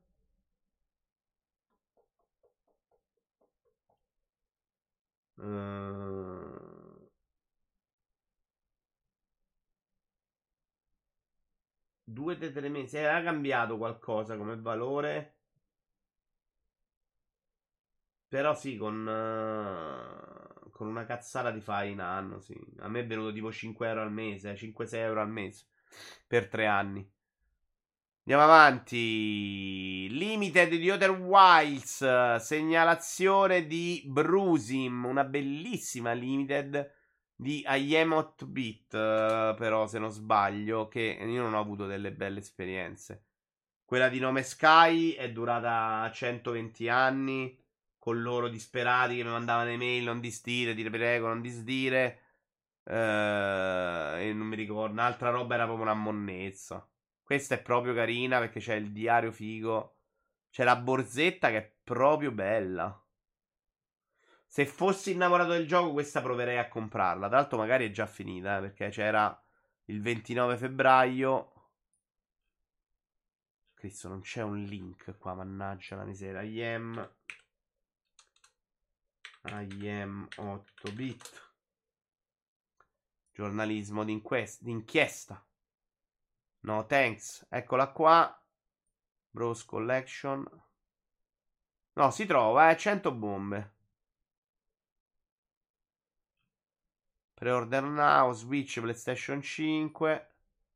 Due dei 3 mesi. Era cambiato qualcosa come valore. Però sì, con una cazzata ti fai in anno, sì. A me è venuto tipo 5 euro al mese, 5-6 euro al mese, per 3 anni. Andiamo avanti. Limited di Outer Wilds, segnalazione di Brusim, una bellissima limited di I Am 8-bit, però se non sbaglio, che io non ho avuto delle belle esperienze. Quella di Nome Sky è durata 120 anni, con loro disperati che mi mandavano email, non disdire, ti prego, non disdire. E non mi ricordo, un'altra roba era proprio una monnezza. Questa è proprio carina perché c'è il diario figo. C'è la borsetta che è proprio bella. Se fossi innamorato del gioco, questa proverei a comprarla. Tra l'altro, magari è già finita, perché c'era il 29 febbraio. Cristo, non c'è un link qua, mannaggia la miseria. I am 8-bit. Giornalismo d'inchiesta. No, thanks. Eccola qua. Bros Collection. No, si trova, 100 bombe. Pre-order now, Switch, PlayStation 5.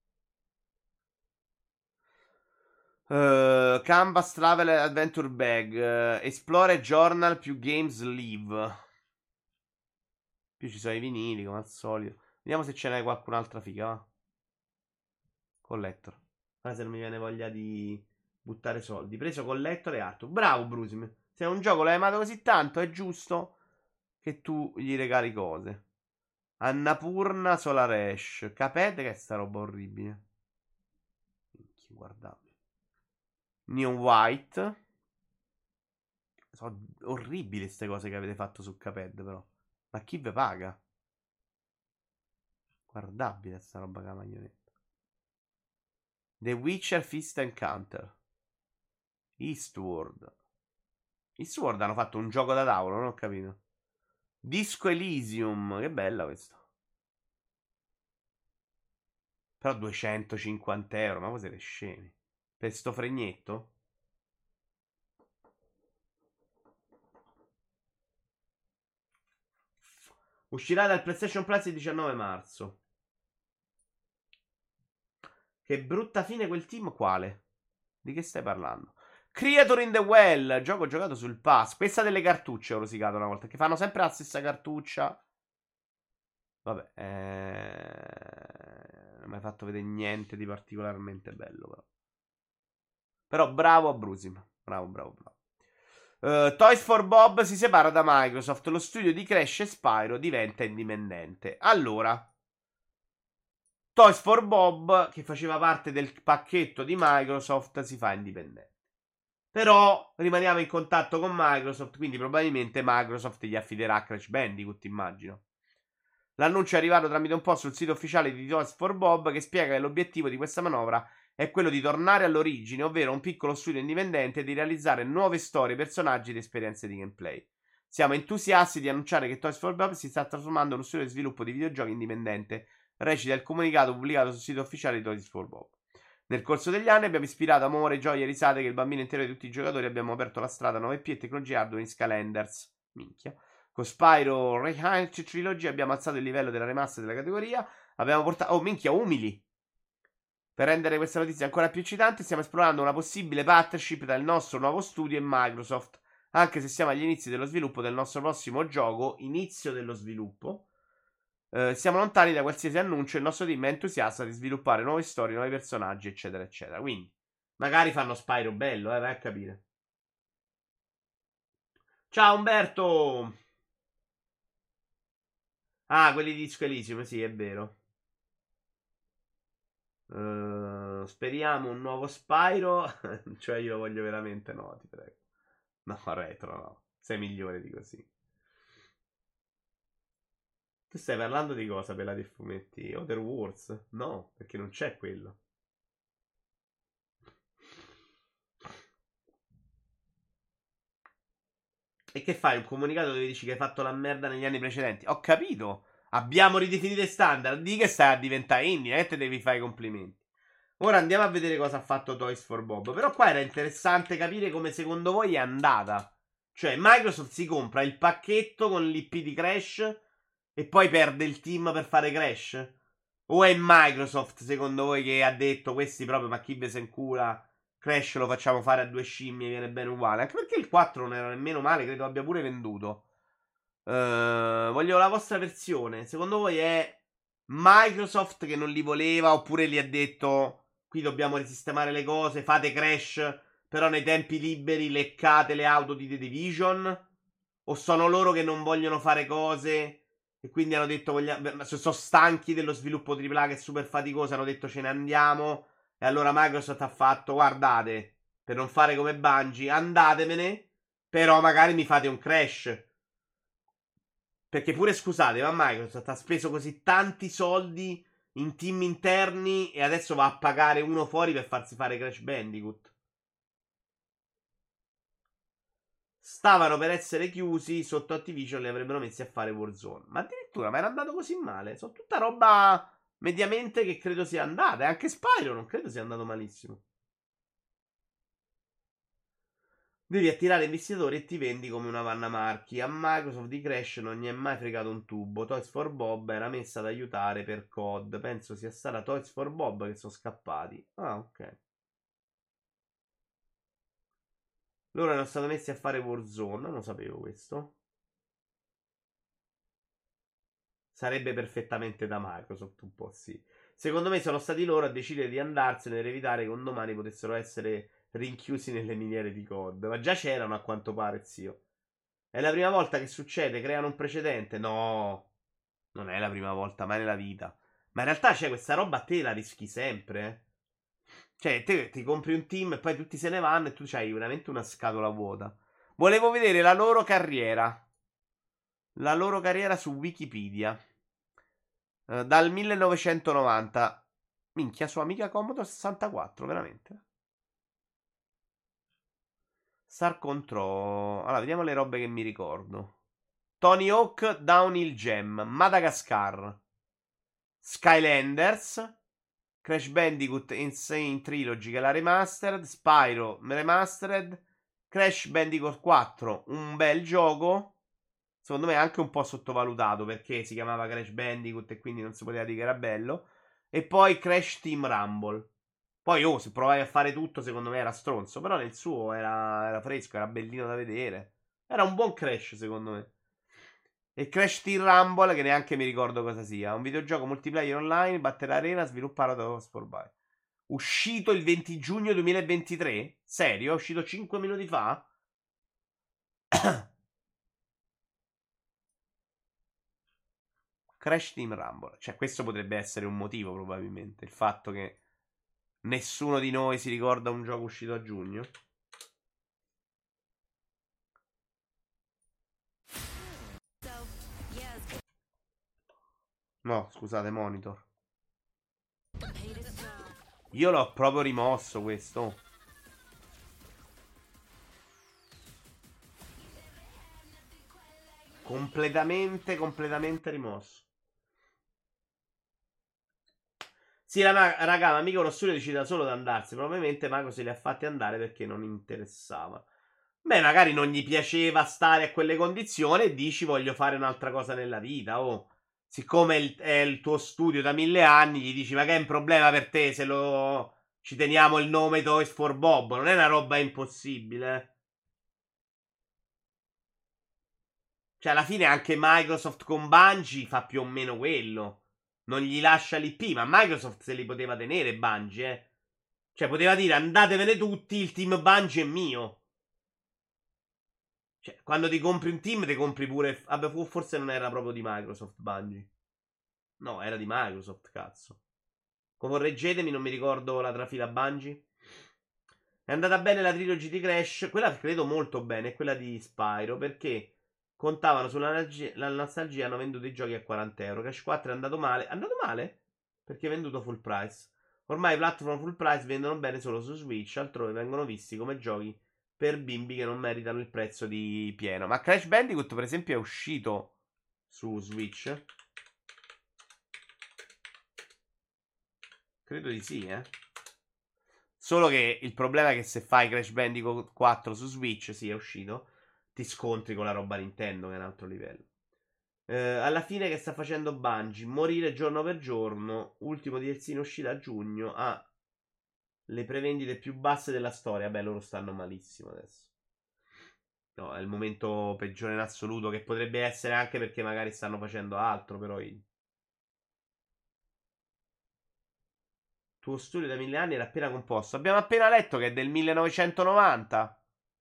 Canvas Travel Adventure Bag. Explore Journal più Games Live. Più ci sono i vinili, come al solito. Vediamo se ce n'è qualcun'altra figa, va. Collector. Ma se non mi viene voglia di buttare soldi. Preso Collector e Arthur. Bravo, Brusim. Se un gioco l'hai amato così tanto, è giusto che tu gli regali cose. Annapurna Solar Ash. Capite che è sta roba orribile? Guardate. Neon White. Sono orribili queste cose che avete fatto su Cuphead, però. Ma chi ve paga? Guardabile sta roba che la maglionetta. The Witcher Fist Encounter. Eastward. Eastward hanno fatto un gioco da tavolo, non ho capito. Disco Elysium. Che bella questa. Però 250 euro. Ma voi siete scemi. Per sto fregnetto? Uscirà dal PlayStation Plus il 19 marzo. Che brutta fine quel team. Quale? Di che stai parlando? Creator in the Well. Gioco giocato sul Pass. Questa delle cartucce ho rosicato una volta. Che fanno sempre la stessa cartuccia. Vabbè. Non mi hai fatto vedere niente di particolarmente bello, però. Però bravo a Brusim. Bravo. Toys for Bob si separa da Microsoft. Lo studio di Crash e Spyro diventa indipendente. Allora, Toys for Bob, che faceva parte del pacchetto di Microsoft, si fa indipendente. Però rimaniamo in contatto con Microsoft, quindi probabilmente Microsoft gli affiderà Crash Bandicoot, immagino. L'annuncio è arrivato tramite un post sul sito ufficiale di Toys for Bob che spiega che l'obiettivo di questa manovra è quello di tornare all'origine, ovvero un piccolo studio indipendente e di realizzare nuove storie, personaggi ed esperienze di gameplay. Siamo entusiasti di annunciare che Toys for Bob si sta trasformando in uno studio di sviluppo di videogiochi indipendente, recita il comunicato pubblicato sul sito ufficiale di Toys for Bob. Nel corso degli anni abbiamo ispirato amore, gioia e risate che il bambino intero di tutti i giocatori. Abbiamo aperto la strada a 9P e tecnologie hardware in Skylanders. Minchia. Con Spyro Reignited Trilogy abbiamo alzato il livello della remaster della categoria. Abbiamo portato... Oh, minchia, umili! Per rendere questa notizia ancora più eccitante, stiamo esplorando una possibile partnership tra il nostro nuovo studio e Microsoft. Anche se siamo agli inizi dello sviluppo del nostro prossimo gioco, inizio dello sviluppo, siamo lontani da qualsiasi annuncio. Il nostro team è entusiasta di sviluppare nuove storie, nuovi personaggi, eccetera, eccetera. Quindi, magari fanno Spyro bello, vai a capire. Ciao Umberto! Ah, quelli di Disco Elysium, sì, è vero. Speriamo un nuovo Spyro. Cioè, io lo voglio veramente, no, ti prego. No, retro, no. Sei migliore di così. Tu stai parlando di cosa per la dei fumetti? Other Wars? No, perché non c'è quello. E che fai? Un comunicato dove dici che hai fatto la merda negli anni precedenti? Ho capito. Abbiamo ridefinito i standard. Di che stai a diventare indie, te devi fare i complimenti. Ora andiamo a vedere cosa ha fatto Toys for Bob. Però qua era interessante capire come secondo voi è andata. Cioè, Microsoft si compra il pacchetto con l'IP di Crash e poi perde il team per fare Crash? O è Microsoft, secondo voi, che ha detto questi proprio, ma chi ve se incula, Crash lo facciamo fare a due scimmie, viene bene uguale? Anche perché il 4 non era nemmeno male, credo abbia pure venduto. Voglio la vostra versione. Secondo voi è Microsoft che non li voleva, oppure gli ha detto qui dobbiamo risistemare le cose, fate Crash, però nei tempi liberi leccate le auto di The Division? O sono loro che non vogliono fare cose e quindi hanno detto sono stanchi dello sviluppo AAA che è super faticoso, hanno detto ce ne andiamo, e allora Microsoft ha fatto guardate, per non fare come Bungie, andatevene, però magari mi fate un Crash. Perché pure scusate, ma Microsoft ha speso così tanti soldi in team interni e adesso va a pagare uno fuori per farsi fare Crash Bandicoot. Stavano per essere chiusi, sotto Activision li avrebbero messi a fare Warzone. Ma addirittura, ma era andato così male? Sono tutta roba mediamente che credo sia andata. E anche Spyro non credo sia andato malissimo. Devi attirare investitori e ti vendi come una Vanna Marchi. A Microsoft di Crash non gli è mai fregato un tubo. Toys for Bob era messa ad aiutare per COD. Penso sia stata Toys for Bob che sono scappati. Ah, ok. Loro erano stati messi a fare Warzone. Non lo sapevo questo. Sarebbe perfettamente da Microsoft, un po' sì. Secondo me sono stati loro a decidere di andarsene per evitare che un domani potessero essere rinchiusi nelle miniere di COD. Ma già c'erano a quanto pare, zio. È la prima volta che succede? Creano un precedente? No, non è la prima volta, mai nella vita. Ma in realtà c'è questa roba, a te la rischi sempre. Cioè, te ti compri un team e poi tutti se ne vanno e tu c'hai veramente una scatola vuota. Volevo vedere la loro carriera. La loro carriera su Wikipedia. Dal 1990. Minchia, su Amiga Commodore 64, veramente. Star Control. Allora, vediamo le robe che mi ricordo. Tony Hawk Downhill Jam, Madagascar, Skylanders, Crash Bandicoot Insane Trilogy, che è la remastered, Spyro remastered, Crash Bandicoot 4, un bel gioco. Secondo me anche un po' sottovalutato perché si chiamava Crash Bandicoot e quindi non si poteva dire che era bello. E poi Crash Team Rumble. Poi, se provavi a fare tutto, secondo me era stronzo. Però nel suo era fresco, era bellino da vedere. Era un buon Crash, secondo me. E Crash Team Rumble, che neanche mi ricordo cosa sia. Un videogioco multiplayer online, Battle Arena, sviluppato da Sport. Uscito il 20 giugno 2023? Serio? È uscito 5 minuti fa? Crash Team Rumble. Cioè, questo potrebbe essere un motivo, probabilmente. Il fatto che nessuno di noi si ricorda un gioco uscito a giugno. No, scusate, monitor. Io l'ho proprio rimosso questo. Completamente rimosso. Sì, raga, ma mica uno studio decide da solo ad andarsi. Probabilmente Mago se li ha fatti andare perché non interessava. Beh, magari non gli piaceva stare a quelle condizioni e dici voglio fare un'altra cosa nella vita. Oh, siccome è il tuo studio da 1000 anni, gli dici ma che è un problema per te se ci teniamo il nome Toys for Bob? Non è una roba impossibile. Cioè, alla fine anche Microsoft con Bungie fa più o meno quello. Non gli lascia l'IP, ma Microsoft se li poteva tenere Bungie, eh. Cioè, poteva dire andatevene tutti, il team Bungie è mio. Cioè, quando ti compri un team, ti compri pure... Vabbè, forse non era proprio di Microsoft Bungie. No, era di Microsoft, cazzo. Correggetemi, non mi ricordo la trafila Bungie. È andata bene la trilogy di Crash. Quella credo molto bene, è quella di Spyro, perché contavano sulla nostalgia, hanno venduto i giochi a 40 euro. Crash 4 è andato male. È andato male? Perché è venduto full price. Ormai i platform full price vendono bene solo su Switch, altrove vengono visti come giochi per bimbi che non meritano il prezzo di pieno. Ma Crash Bandicoot, per esempio, è uscito su Switch? Credo di sì, eh. Solo che il problema è che se fai Crash Bandicoot 4 su Switch, sì, è uscito, ti scontri con la roba Nintendo, che è un altro livello. Alla fine che sta facendo Bungie? Morire giorno per giorno. Ultimo DLC in uscita a giugno. Ha le prevendite più basse della storia. Beh, loro stanno malissimo adesso. No, è il momento peggiore in assoluto, che potrebbe essere anche perché magari stanno facendo altro, però tuo studio da 1000 anni era appena composto. Abbiamo appena letto che è del 1990.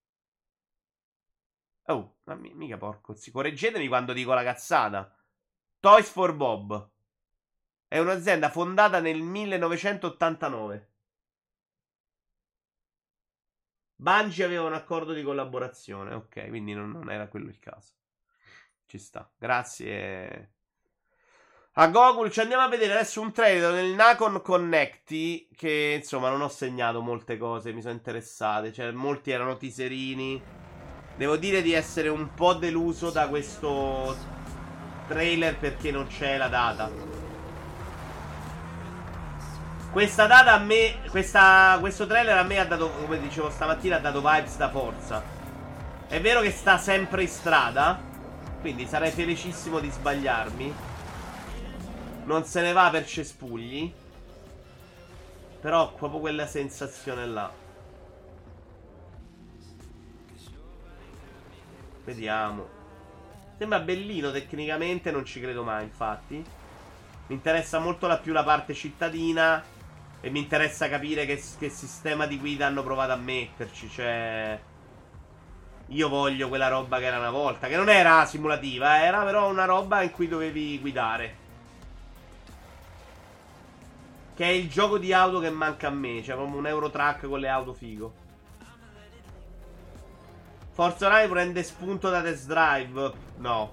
Oh, ma mica porco. Correggetemi quando dico la cazzata. Toys for Bob è un'azienda fondata nel 1989. Bungie aveva un accordo di collaborazione. Ok, quindi non era quello il caso. Ci sta. Grazie a Gogol. Ci andiamo a vedere adesso un trailer del Nacon Connecti, che insomma non ho segnato molte cose, mi sono interessate. Cioè, molti erano teaserini. Devo dire di essere un po' deluso da questo trailer perché non c'è la data. Questa data a me, questo trailer a me ha dato, come dicevo stamattina, ha dato vibes da Forza. È vero che sta sempre in strada, quindi sarei felicissimo di sbagliarmi. Non se ne va per cespugli, però ho proprio quella sensazione là. Vediamo. Sembra bellino tecnicamente, non ci credo mai, infatti. Mi interessa molto più la parte cittadina. E mi interessa capire che sistema di guida hanno provato a metterci. Cioè, io voglio quella roba che era una volta, che non era simulativa, era però una roba in cui dovevi guidare. Che è il gioco di auto che manca a me. Cioè proprio un Eurotrack con le auto figo. Forza Horizon prende spunto da Test Drive. No.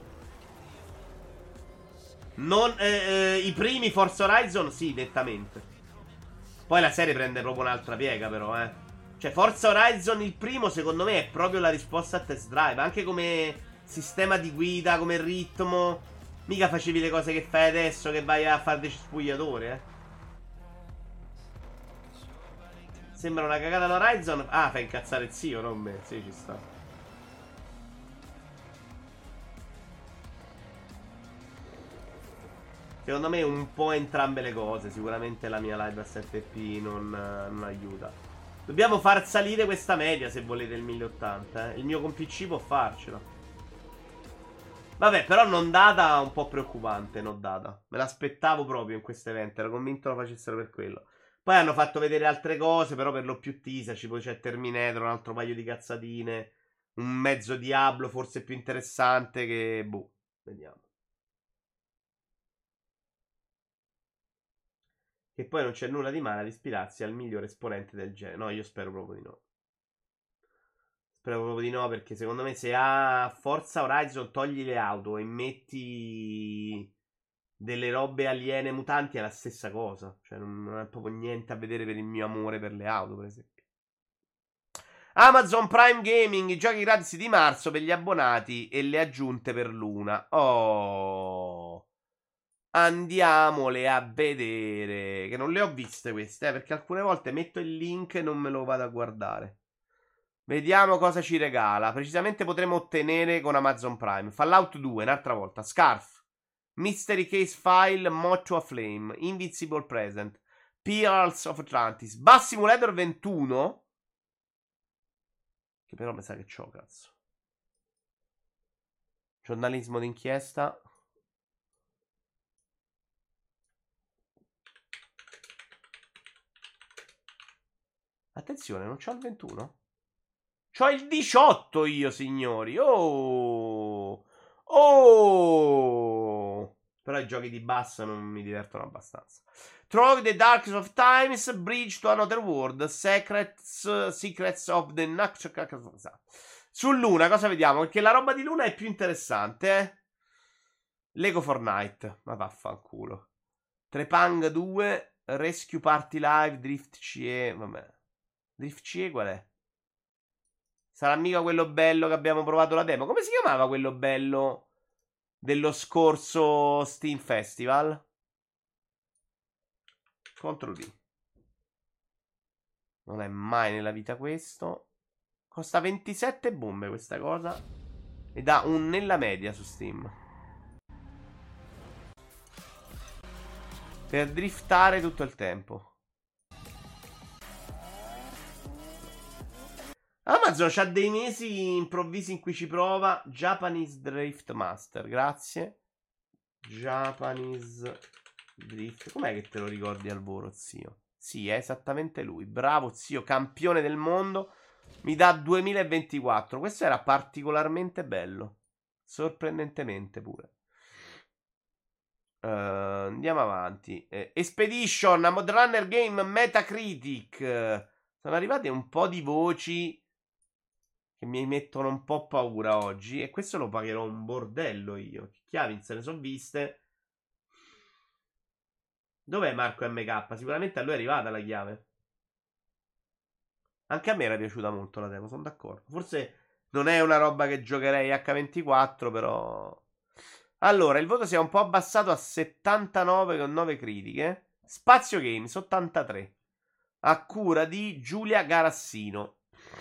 I primi Forza Horizon sì, nettamente. Poi la serie prende proprio un'altra piega, però, Cioè, Forza Horizon il primo, secondo me, è proprio la risposta a Test Drive. Anche come sistema di guida, come ritmo. Mica facevi le cose che fai adesso, che vai a fare dei spugliatori, Sembra una cagata l'Horizon. Ah, fai incazzare il zio, non me. Sì, ci sta. Secondo me un po' entrambe le cose. Sicuramente la mia live a 7p non aiuta. Dobbiamo far salire questa media se volete il 1080. Il mio con PC può farcela. Vabbè, però non data un po' preoccupante. Non data. Me l'aspettavo proprio in questo evento. Ero convinto lo facessero per quello. Poi hanno fatto vedere altre cose, però per lo più teaser. Poi c'è Terminator, un altro paio di cazzatine. Un mezzo Diablo forse più interessante che... boh, vediamo. Che poi non c'è nulla di male ad ispirarsi al migliore esponente del genere. No, io spero proprio di no. Spero proprio di no, perché secondo me se a Forza Horizon togli le auto e metti delle robe aliene mutanti è la stessa cosa. Cioè non ha proprio niente a vedere per il mio amore per le auto, per esempio. Amazon Prime Gaming, i giochi gratis di marzo per gli abbonati e le aggiunte per l'una. Oh... Andiamole a vedere. Che non le ho viste queste, perché alcune volte metto il link e non me lo vado a guardare. Vediamo cosa ci regala. Precisamente potremo ottenere con Amazon Prime Fallout 2, un'altra volta, Scarf, Mystery Case File, Moth to a Flame, Invincible Present, Pearls of Atlantis, Bus Simulator 21. Che però mi sa che c'ho, cazzo. Giornalismo d'inchiesta. Attenzione, non c'ho il 21? C'ho il 18 io, signori. Oh! Oh! Però i giochi di basso non mi divertono abbastanza. Through the Darkest of Times, Bridge to Another World, Secrets of the Nocturne. Su Luna cosa vediamo? Perché la roba di Luna è più interessante, Lego Fortnite. Ma vaffanculo. Trepang 2, Rescue Party Live, Drift CE. Vabbè. Drift CE qual è? Sarà mica quello bello che abbiamo provato la demo. Come si chiamava quello bello dello scorso Steam Festival? Ctrl D. Non è mai nella vita questo. Costa 27 bombe questa cosa. E dà un nella media su Steam. Per driftare tutto il tempo. Amazon c'ha dei mesi improvvisi in cui ci prova. Japanese Drift Master, grazie. Japanese Drift. Com'è che te lo ricordi al volo, zio? Sì, è esattamente lui. Bravo, zio, campione del mondo. Mi dà 2024. Questo era particolarmente bello. Sorprendentemente pure. Andiamo avanti. Expedition, a Mod Runner Game Metacritic. Sono arrivate un po' di voci che mi mettono un po' paura oggi. E questo lo pagherò un bordello io. Chiavi se ne sono viste. Dov'è Marco MK? Sicuramente a lui è arrivata la chiave. Anche a me era piaciuta molto la demo, sono d'accordo. Forse non è una roba che giocherei H24, però... Allora, il voto si è un po' abbassato a 79 con 9 critiche. Spazio Games 83. A cura di Giulia Garassino.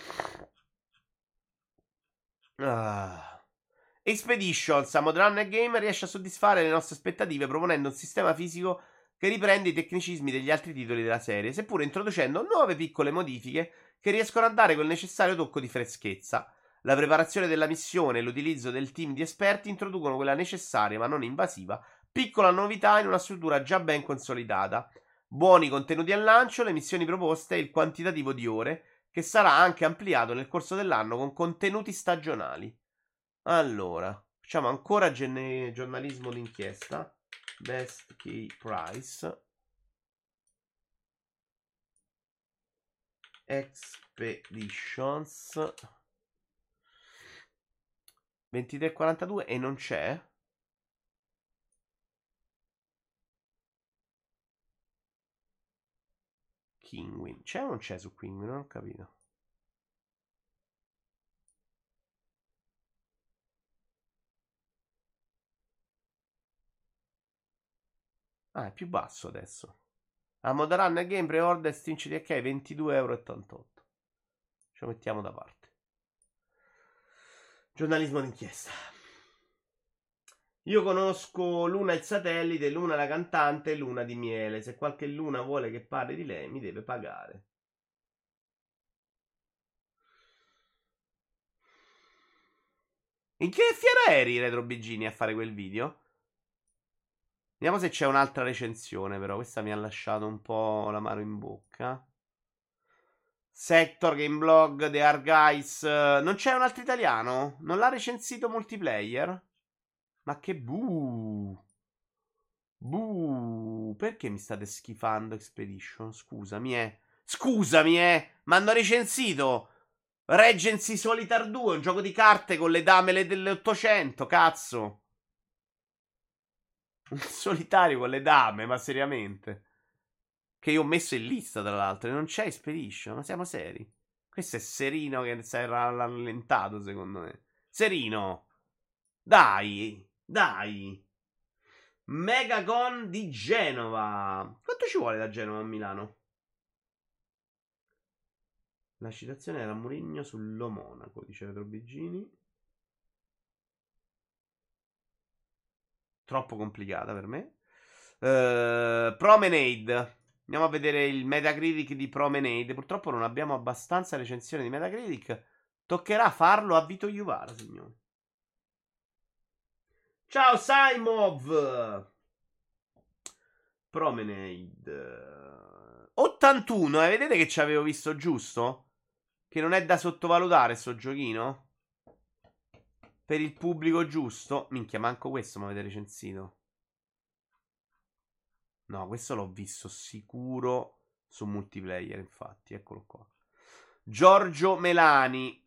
Expeditions, a Mod Runner Game, riesce a soddisfare le nostre aspettative proponendo un sistema fisico che riprende i tecnicismi degli altri titoli della serie, seppure introducendo nuove piccole modifiche che riescono a dare quel necessario tocco di freschezza. La preparazione della missione e l'utilizzo del team di esperti introducono quella necessaria ma non invasiva piccola novità in una struttura già ben consolidata. Buoni contenuti al lancio, le missioni proposte e il quantitativo di ore che sarà anche ampliato nel corso dell'anno con contenuti stagionali. Allora, facciamo ancora giornalismo d'inchiesta. Best Key Price. Expeditions 23,42 e non c'è. Kinguin. C'è o non c'è su Kinguin? Non ho capito. Ah, è più basso adesso. A Mod Runner Game pre-order Stinci DK 22,88 €. Ce lo mettiamo da parte. Giornalismo d'inchiesta. Io conosco Luna il satellite, Luna la cantante e Luna di miele. Se qualche Luna vuole che parli di lei, mi deve pagare. In che fiera eri, Retro Bigini, a fare quel video? Vediamo se c'è un'altra recensione, però. Questa mi ha lasciato un po' l'amaro in bocca. Sector, Gameblog, The Hard Guys. Non c'è un altro italiano? Non l'ha recensito Multiplayer? Ma che buh. Buh. Perché mi state schifando Expedition? Scusami, Ma hanno recensito Regency Solitaire 2, un gioco di carte con le dame dell'800, cazzo. Un solitario con le dame, ma seriamente. Che io ho messo in lista, tra l'altro. E non c'è Expedition, ma siamo seri. Questo è Serino che si era rallentato, secondo me. Serino, dai. Megacon di Genova. Quanto ci vuole da Genova a Milano? La citazione era Mourinho sullo Monaco, dice Retro Bigini. Troppo complicata per me. Promenade. Andiamo a vedere il Metacritic di Promenade. Purtroppo non abbiamo abbastanza recensioni di Metacritic. Toccherà farlo a Vito Iuvara, signori. Ciao Simov. Promenade 81. Vedete che ci avevo visto giusto? Che non è da sottovalutare sto giochino. Per il pubblico giusto. Minchia, manco questo mi avete recensito. No, questo l'ho visto sicuro su Multiplayer, infatti. Eccolo qua. Giorgio Melani.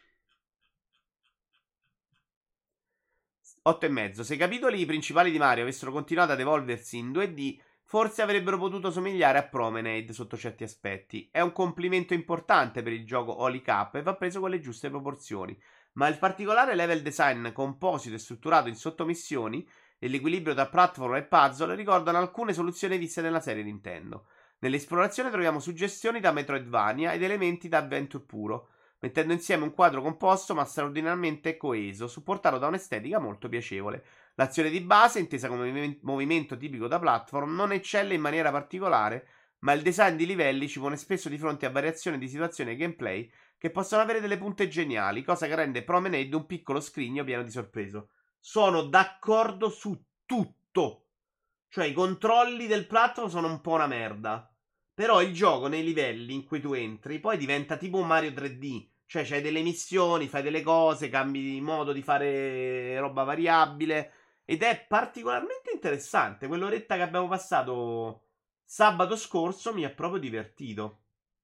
8,5. Se i capitoli principali di Mario avessero continuato ad evolversi in 2D, forse avrebbero potuto somigliare a Promenade sotto certi aspetti. È un complimento importante per il gioco Holy Cup e va preso con le giuste proporzioni. Ma il particolare level design composito e strutturato in sottomissioni e l'equilibrio tra platform e puzzle ricordano alcune soluzioni viste nella serie Nintendo. Nell'esplorazione troviamo suggestioni da Metroidvania ed elementi da adventure puro, mettendo insieme un quadro composto ma straordinariamente coeso, supportato da un'estetica molto piacevole. L'azione di base, intesa come movimento tipico da platform, non eccelle in maniera particolare, ma il design di livelli ci pone spesso di fronte a variazioni di situazioni e gameplay che possono avere delle punte geniali, cosa che rende Promenade un piccolo scrigno pieno di sorpreso. Sono d'accordo su tutto. Cioè, i controlli del platform sono un po' una merda. Però il gioco nei livelli in cui tu entri poi diventa tipo un Mario 3D. Cioè, c'hai delle missioni, fai delle cose, cambi di modo di fare roba variabile. Ed è particolarmente interessante. Quell'oretta che abbiamo passato sabato scorso mi ha proprio divertito.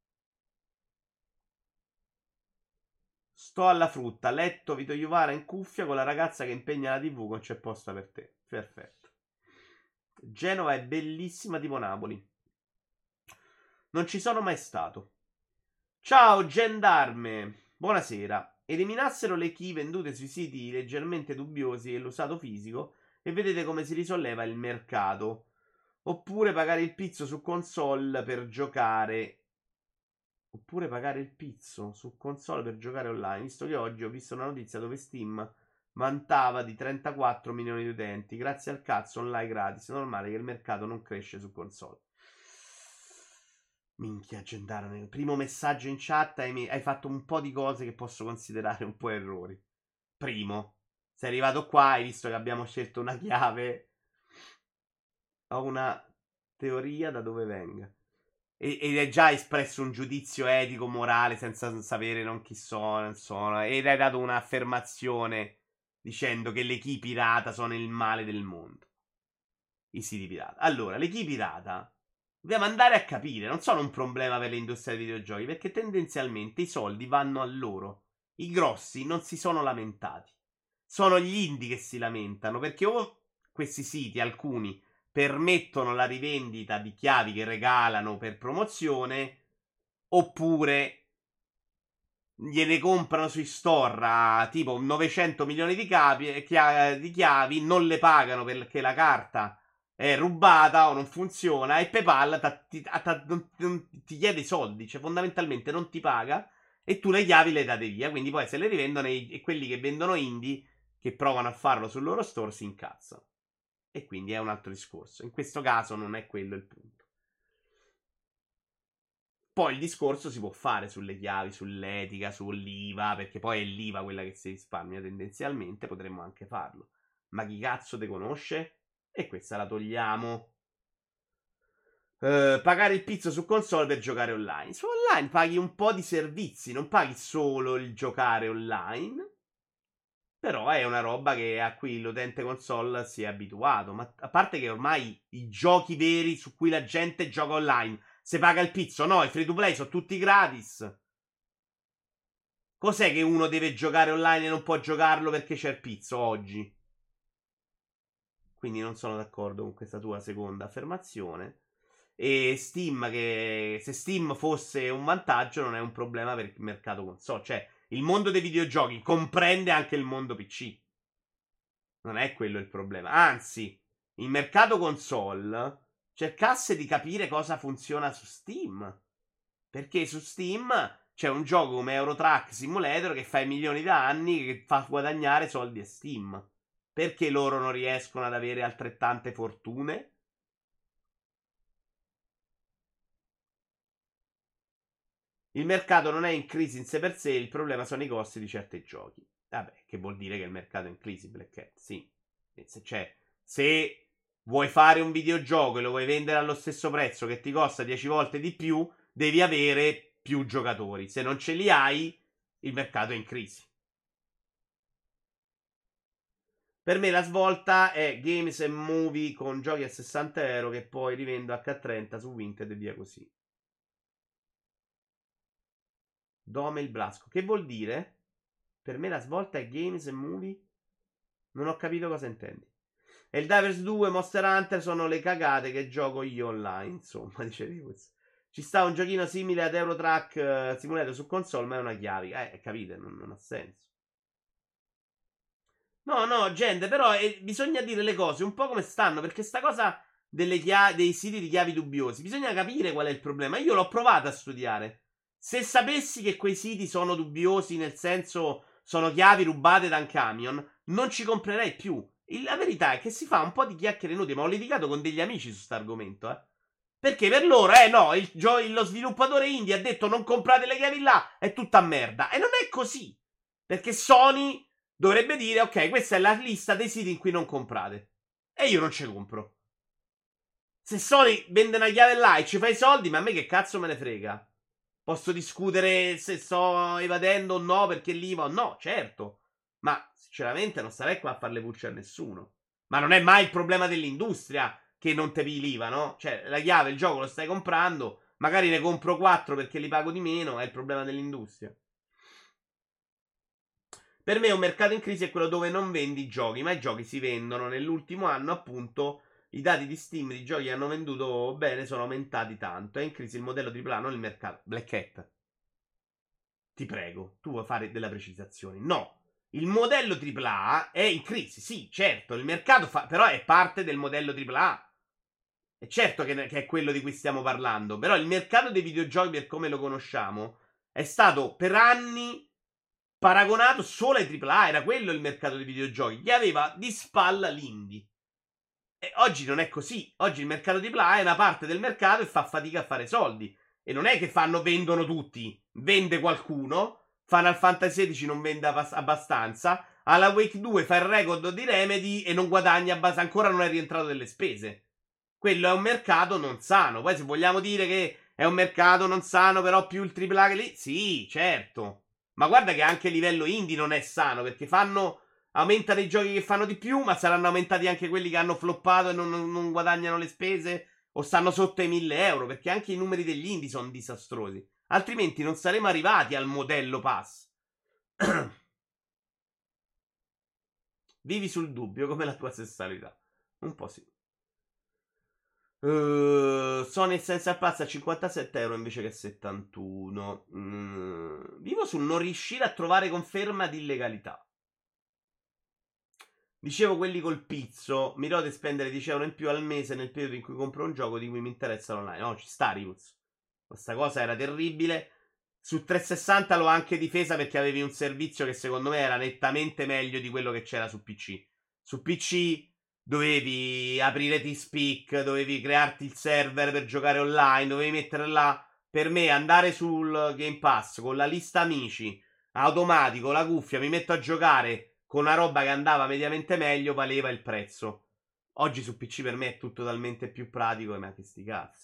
Sto alla frutta, letto Vito Iuvara in cuffia con la ragazza che impegna la TV con C'è posta per te. Perfetto. Genova è bellissima tipo Napoli. Non ci sono mai stato. Ciao gendarme. Buonasera. Eliminassero le key vendute sui siti leggermente dubbiosi e l'usato fisico e vedete come si risolleva il mercato. Oppure pagare il pizzo su console per giocare. Oppure pagare il pizzo su console per giocare online. Visto che oggi ho visto una notizia dove Steam vantava di 34 milioni di utenti. Grazie al cazzo online gratis. È normale che il mercato non cresce su console. Minchia, gendarme. Primo messaggio in chat. Hai fatto un po' di cose che posso considerare un po' errori. Primo, sei arrivato qua, hai visto che abbiamo scelto una chiave. Ho una teoria da dove venga. Ed è già espresso un giudizio etico, morale, senza sapere non chi sono, non sono. Ed hai dato un'affermazione dicendo che le key pirata sono il male del mondo. I siti pirata. Allora, le key pirata dobbiamo andare a capire, non sono un problema per l'industria dei videogiochi, perché tendenzialmente i soldi vanno a loro. I grossi non si sono lamentati. Sono gli indie che si lamentano, perché o questi siti, alcuni, permettono la rivendita di chiavi che regalano per promozione, oppure gliene comprano sui store a tipo 900 milioni di chiavi, non le pagano perché la carta è rubata o non funziona e PayPal ti chiede i soldi, cioè fondamentalmente non ti paga e tu le chiavi le date via, quindi poi se le rivendono e quelli che vendono indie che provano a farlo sul loro store si incazzano. E quindi è un altro discorso. In questo caso non è quello il punto. Poi il discorso si può fare sulle chiavi, sull'etica, sull'IVA, perché poi è l'IVA quella che si risparmia tendenzialmente, potremmo anche farlo. Ma chi cazzo te conosce? E questa la togliamo. Pagare il pizzo su console per giocare online. Su online paghi un po' di servizi, non paghi solo il giocare online. Però è una roba a cui l'utente console si è abituato. Ma a parte che ormai i giochi veri su cui la gente gioca online, se paga il pizzo, no, i free to play sono tutti gratis. Cos'è che uno deve giocare online e non può giocarlo perché c'è il pizzo oggi? Quindi non sono d'accordo con questa tua seconda affermazione. E Steam, che se Steam fosse un vantaggio non è un problema per il mercato console. Cioè, il mondo dei videogiochi comprende anche il mondo PC. Non è quello il problema. Anzi, il mercato console cercasse di capire cosa funziona su Steam. Perché su Steam c'è un gioco come Euro Truck Simulator che fa i milioni da anni, che fa guadagnare soldi a Steam. Perché loro non riescono ad avere altrettante fortune? Il mercato non è in crisi in sé per sé, il problema sono i costi di certi giochi. Vabbè, che vuol dire che il mercato è in crisi, Black Cat? Sì. Se vuoi fare un videogioco e lo vuoi vendere allo stesso prezzo che ti costa 10 volte di più, devi avere più giocatori. Se non ce li hai, il mercato è in crisi. Per me la svolta è Games and Movie con giochi a 60 euro che poi rivendo H30 su Vinted e via così. Dome il Blasco. Che vuol dire? Per me la svolta è Games and Movie. Non ho capito cosa intendi. E il Divers 2 Monster Hunter sono le cagate che gioco io online. Insomma, dice Lewis. Ci sta un giochino simile ad Euro Truck Simulator su console, ma è una chiave. Capite? Non ha senso. No, gente, però bisogna dire le cose un po' come stanno, perché sta cosa dei siti di chiavi dubbiosi, bisogna capire qual è il problema. Io l'ho provato a studiare. Se sapessi che quei siti sono dubbiosi, nel senso sono chiavi rubate da un camion, non ci comprerei più. La verità è che si fa un po' di chiacchiere inutili, ma ho litigato con degli amici su questo argomento, Perché per loro, no, lo sviluppatore indie ha detto non comprate le chiavi là, è tutta merda. E non è così. Perché Sony dovrebbe dire, ok, questa è la lista dei siti in cui non comprate. E io non ci compro. Se Sony vende una chiave là e ci fa i soldi, ma a me che cazzo me ne frega? Posso discutere se sto evadendo o no perché l'IVA o no, certo. Ma sinceramente non sarei qua a fare le pulce a nessuno. Ma non è mai il problema dell'industria che non te pigli l'IVA, no? Cioè, la chiave, il gioco lo stai comprando, magari ne compro 4 perché li pago di meno, è il problema dell'industria. Per me un mercato in crisi è quello dove non vendi giochi, ma i giochi si vendono. Nell'ultimo anno, appunto, i dati di Steam di giochi che hanno venduto bene sono aumentati tanto. È in crisi il modello AAA, non il mercato. Black Hat, ti prego, tu vuoi fare delle precisazioni? No. Il modello AAA è in crisi, sì, certo. Il mercato però è parte del modello AAA. È certo che è quello di cui stiamo parlando. Però il mercato dei videogiochi, per come lo conosciamo, è stato per anni paragonato solo ai AAA. Era quello il mercato dei videogiochi, che aveva di spalla l'indie. E oggi non è così. Oggi il mercato AAA è una parte del mercato e fa fatica a fare soldi. E non è che vendono tutti. Vende qualcuno. Final Fantasy XVI non vende abbastanza. Alla Wake 2 fa il record di Remedy e non guadagna abbastanza. Ancora non è rientrato delle spese. Quello è un mercato non sano. Poi se vogliamo dire che è un mercato non sano, però più il AAA che lì, sì, certo. Ma guarda che anche a livello indie non è sano, perché aumentano i giochi che fanno di più, ma saranno aumentati anche quelli che hanno floppato e non guadagnano le spese o stanno sotto ai 1.000 euro, perché anche i numeri degli indie sono disastrosi. Altrimenti non saremmo arrivati al modello pass. Vivi sul dubbio come la tua sessualità. Un po' sì. Sony Essential Pass a 57 euro invece che 71. Vivo sul non riuscire a trovare conferma di illegalità. Dicevo quelli col pizzo. Mi rode spendere 10 euro in più al mese nel periodo in cui compro un gioco di cui mi interessa online. No, ci sta, Rivuz. Questa cosa era terribile. Su 360 l'ho anche difesa perché avevi un servizio che secondo me era nettamente meglio di quello che c'era su PC. Su PC dovevi aprire T-Speak, dovevi crearti il server per giocare online, dovevi mettere là. Per me andare sul Game Pass con la lista amici, automatico, la cuffia, mi metto a giocare con una roba che andava mediamente meglio, valeva il prezzo. Oggi su PC per me è tutto talmente più pratico, ma che sti cazzi.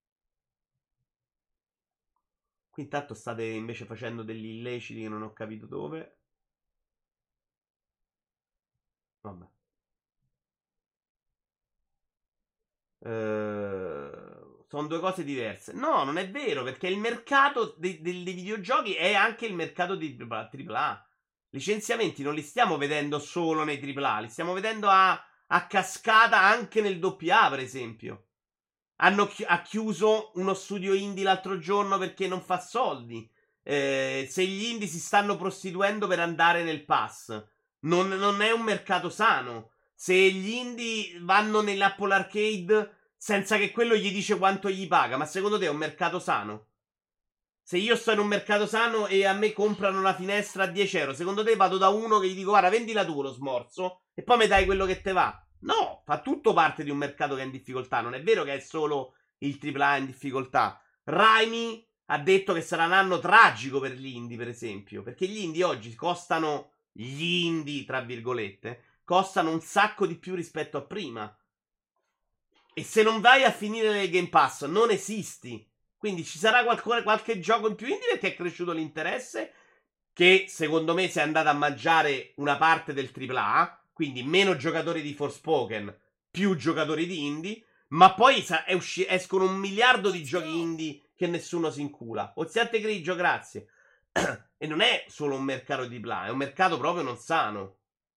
Qui intanto state invece facendo degli illeciti che non ho capito dove. Vabbè. Sono due cose diverse. No, non è vero, perché il mercato dei videogiochi è anche il mercato di AAA. Licenziamenti non li stiamo vedendo solo nei AAA, li stiamo vedendo a cascata anche nel AA, per esempio. Ha chiuso uno studio indie l'altro giorno perché non fa soldi. Se gli indie si stanno prostituendo per andare nel pass, non è un mercato sano. Se gli indie vanno nell'Apple Arcade senza che quello gli dice quanto gli paga, ma secondo te è un mercato sano? Se io sto in un mercato sano e a me comprano la finestra a 10 euro, secondo te vado da uno che gli dico guarda vendila tu lo smorzo e poi mi dai quello che te va? No, fa tutto parte di un mercato che è in difficoltà. Non è vero che è solo il AAA in difficoltà. Raimi ha detto che sarà un anno tragico per gli indie, per esempio, perché gli indie oggi costano, gli indie tra virgolette, costano un sacco di più rispetto a prima. E se non vai a finire nel Game Pass non esisti. Quindi ci sarà qualche gioco in più indie perché è cresciuto l'interesse, che secondo me si è andato a mangiare una parte del AAA. Quindi meno giocatori di Forspoken, più giocatori di indie. Ma poi escono 1 miliardo di giochi indie che nessuno si incula. Oziante grigio, grazie. E non è solo un mercato di AAA, è un mercato proprio non sano.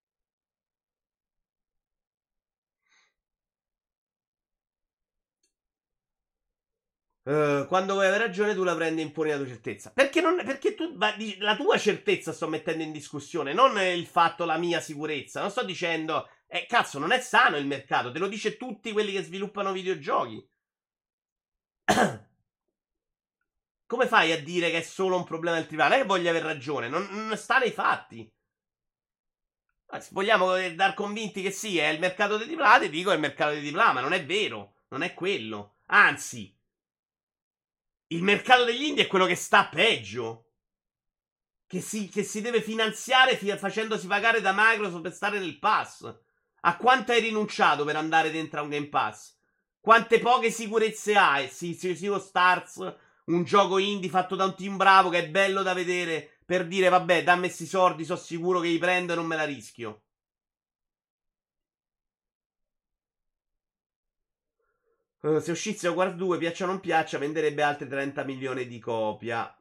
Quando vuoi avere ragione tu la prendi e imponi la tua certezza. Perché la tua certezza sto mettendo in discussione, non il fatto la mia sicurezza. Non sto dicendo cazzo non è sano il mercato. Te lo dice tutti quelli che sviluppano videogiochi. Come fai a dire che è solo un problema del AAA? Non è che voglio aver ragione, non sta nei fatti. Se vogliamo dar convinti che sì, è il mercato dei AAA, ti dico è il mercato dei AAA, ma non è vero, non è quello. Anzi, il mercato degli indie è quello che sta peggio. Che si deve finanziare facendosi pagare da Microsoft per stare nel pass. A quanto hai rinunciato per andare dentro a un Game Pass? Quante poche sicurezze hai? Sea of Stars, un gioco indie fatto da un team bravo che è bello da vedere, per dire vabbè, dammi questi soldi, sono sicuro che li prendo e non me la rischio. Se uscisse Hogwarts 2, piaccia o non piaccia, venderebbe altri 30 milioni di copia.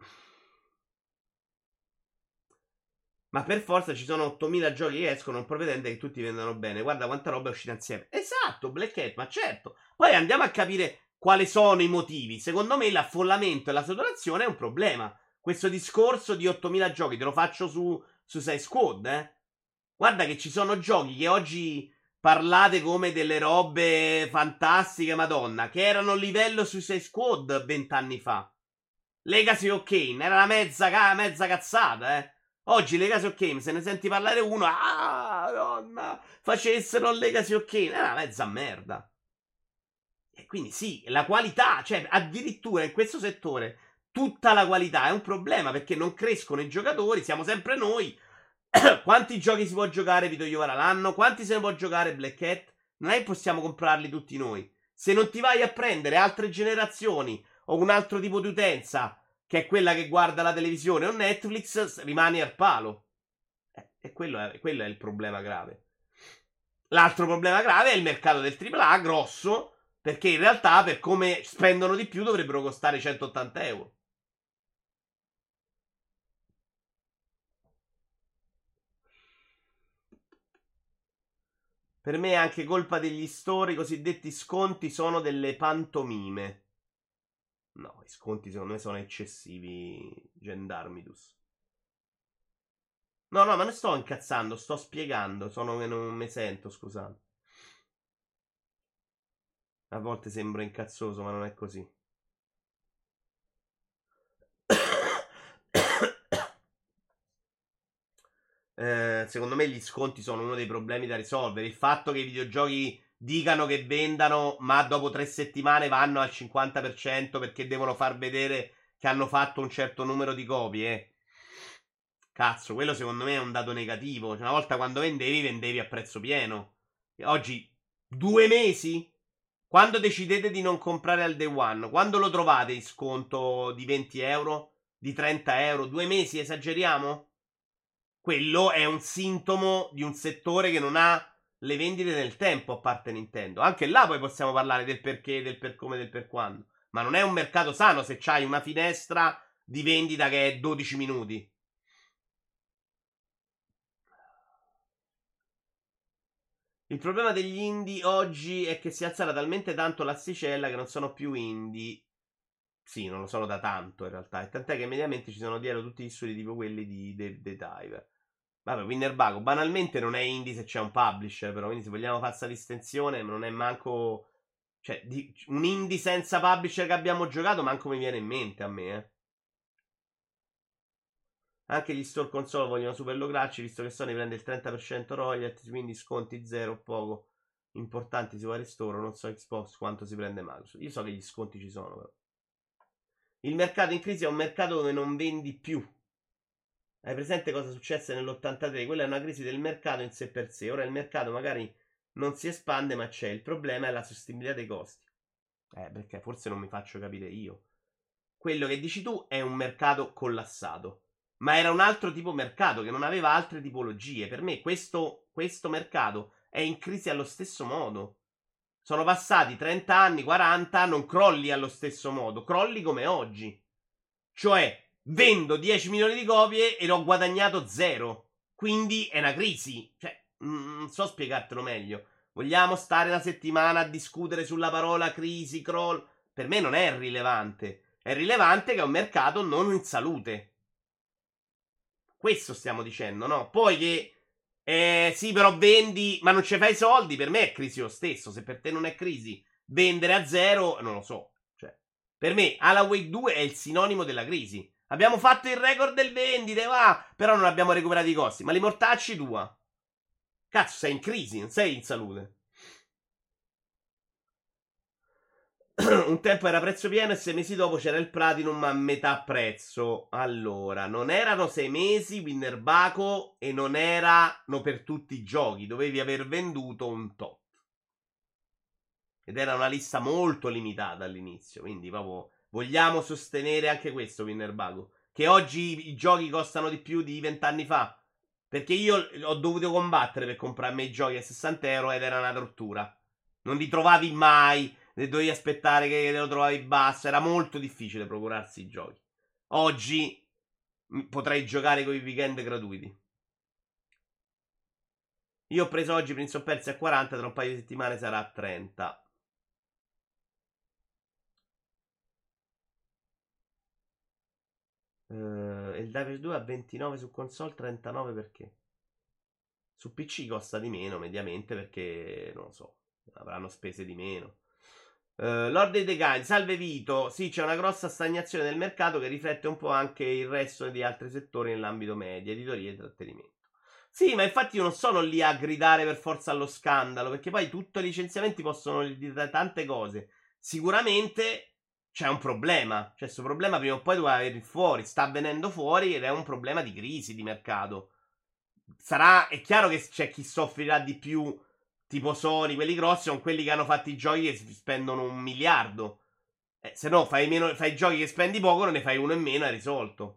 Ma per forza ci sono 8000 giochi che escono, non pretende che tutti vendano bene. Guarda quanta roba è uscita insieme. Esatto, Black Hat, ma certo. Poi andiamo a capire quali sono i motivi. Secondo me l'affollamento e la saturazione è un problema. Questo discorso di 8000 giochi te lo faccio su Suicide Squad, Guarda che ci sono giochi che oggi parlate come delle robe fantastiche, madonna, che erano a livello Suicide Squad 20 anni fa. Legacy of Kain era una mezza cazzata, Oggi Legacy of Kain, se ne senti parlare uno, madonna, facessero Legacy of Kain, è una mezza merda. E quindi sì, la qualità, cioè addirittura in questo settore tutta la qualità è un problema perché non crescono i giocatori, siamo sempre noi. Quanti giochi si può giocare Vito Iovara l'anno? Quanti se ne può giocare Black Hat? Non è che possiamo comprarli tutti noi. Se non ti vai a prendere altre generazioni o un altro tipo di utenza, che è quella che guarda la televisione o Netflix, rimani al palo. E quello è il problema grave. L'altro problema grave è il mercato del AAA, grosso, perché in realtà per come spendono di più dovrebbero costare 180 euro. Per me è anche colpa degli store, i cosiddetti sconti sono delle pantomime. No, i sconti secondo me sono eccessivi, Gendarmidus. No, ma non sto incazzando, sto spiegando, sono che non mi sento, scusate. A volte sembro incazzoso, ma non è così. Secondo me gli sconti sono uno dei problemi da risolvere. Il fatto che i videogiochi dicano che vendano, ma dopo 3 settimane vanno al 50% perché devono far vedere che hanno fatto un certo numero di copie. Cazzo, quello secondo me è un dato negativo. Cioè, una volta quando vendevi a prezzo pieno. E oggi 2 mesi? Quando decidete di non comprare al day one? Quando lo trovate in sconto di 20 euro? Di 30 euro? 2 mesi, esageriamo? Quello è un sintomo di un settore che non ha le vendite nel tempo, a parte Nintendo. Anche là poi possiamo parlare del perché, del per come, del per quando. Ma non è un mercato sano se c'hai una finestra di vendita che è 12 minuti. Il problema degli indie oggi è che si è alzata talmente tanto l'asticella che non sono più indie. Sì, non lo sono da tanto in realtà. E tant'è che mediamente ci sono dietro tutti gli studi tipo quelli di The Dive. Vabbè, Winnerbago banalmente non è indie se c'è un publisher, però quindi se vogliamo fare questa distinzione non è manco... Cioè, un indie senza publisher che abbiamo giocato manco mi viene in mente a me, Anche gli store console vogliono super lograrci, visto che Sony prende il 30% royalties, quindi sconti zero o poco importanti sui vari store. Non so Xbox quanto si prende Microsoft. Io so che gli sconti ci sono, però. Il mercato in crisi è un mercato dove non vendi più. Hai presente cosa successe nell'83? Quella è una crisi del mercato in sé per sé. Ora il mercato magari non si espande, ma c'è. Il problema è la sostenibilità dei costi. Perché forse non mi faccio capire io. Quello che dici tu è un mercato collassato. Ma era un altro tipo mercato che non aveva altre tipologie. Per me questo mercato è in crisi allo stesso modo. Sono passati 30 anni, 40, non crolli allo stesso modo. Crolli come oggi. Cioè... vendo 10 milioni di copie e l'ho guadagnato 0. Quindi è una crisi. Cioè, non so spiegartelo meglio. Vogliamo stare una settimana a discutere sulla parola crisi, crawl? Per me non è rilevante. È rilevante che è un mercato non in salute. Questo stiamo dicendo, no? Poi che... sì, però vendi, ma non ci fai i soldi. Per me è crisi lo stesso. Se per te non è crisi, vendere a 0, non lo so. Per me Alan Wake 2 è il sinonimo della crisi. Abbiamo fatto il record del vendite, va, però non abbiamo recuperato i costi. Ma li mortacci tua. Cazzo, sei in crisi, non sei in salute. Un tempo era prezzo pieno e 6 mesi dopo c'era il Platinum a metà prezzo. Allora, non erano 6 mesi Winner Baco e non erano per tutti i giochi. Dovevi aver venduto un tot. Ed era una lista molto limitata all'inizio. Quindi proprio vogliamo sostenere anche questo Winner Baco. Che oggi i giochi costano di più di 20 anni fa. Perché io ho dovuto combattere per comprarmi i giochi a 60 euro ed era una tortura. Non li trovavi mai. Dovevi aspettare che lo trovavi basso. Era molto difficile procurarsi i giochi. Oggi potrei giocare con i weekend gratuiti. Io ho preso oggi Prince of Persia a 40. Tra un paio di settimane sarà a 30. Il Divers 2 a 29 su console, 39 perché? Su PC costa di meno mediamente perché, non lo so, avranno spese di meno. Lord dei Decani, salve Vito. Sì, c'è una grossa stagnazione del mercato che riflette un po' anche il resto di altri settori nell'ambito media, editoria e intrattenimento. Sì, ma infatti io non sono lì a gridare per forza allo scandalo, perché poi tutti i licenziamenti possono dire tante cose. Sicuramente c'è un problema. Cioè, questo problema prima o poi doveva venire fuori. Sta avvenendo fuori ed è un problema di crisi di mercato. È chiaro che c'è chi soffrirà di più, tipo Sony, quelli grossi, sono quelli che hanno fatto i giochi che spendono 1 miliardo. Se no, fai i giochi che spendi poco, non ne fai uno in meno, è risolto.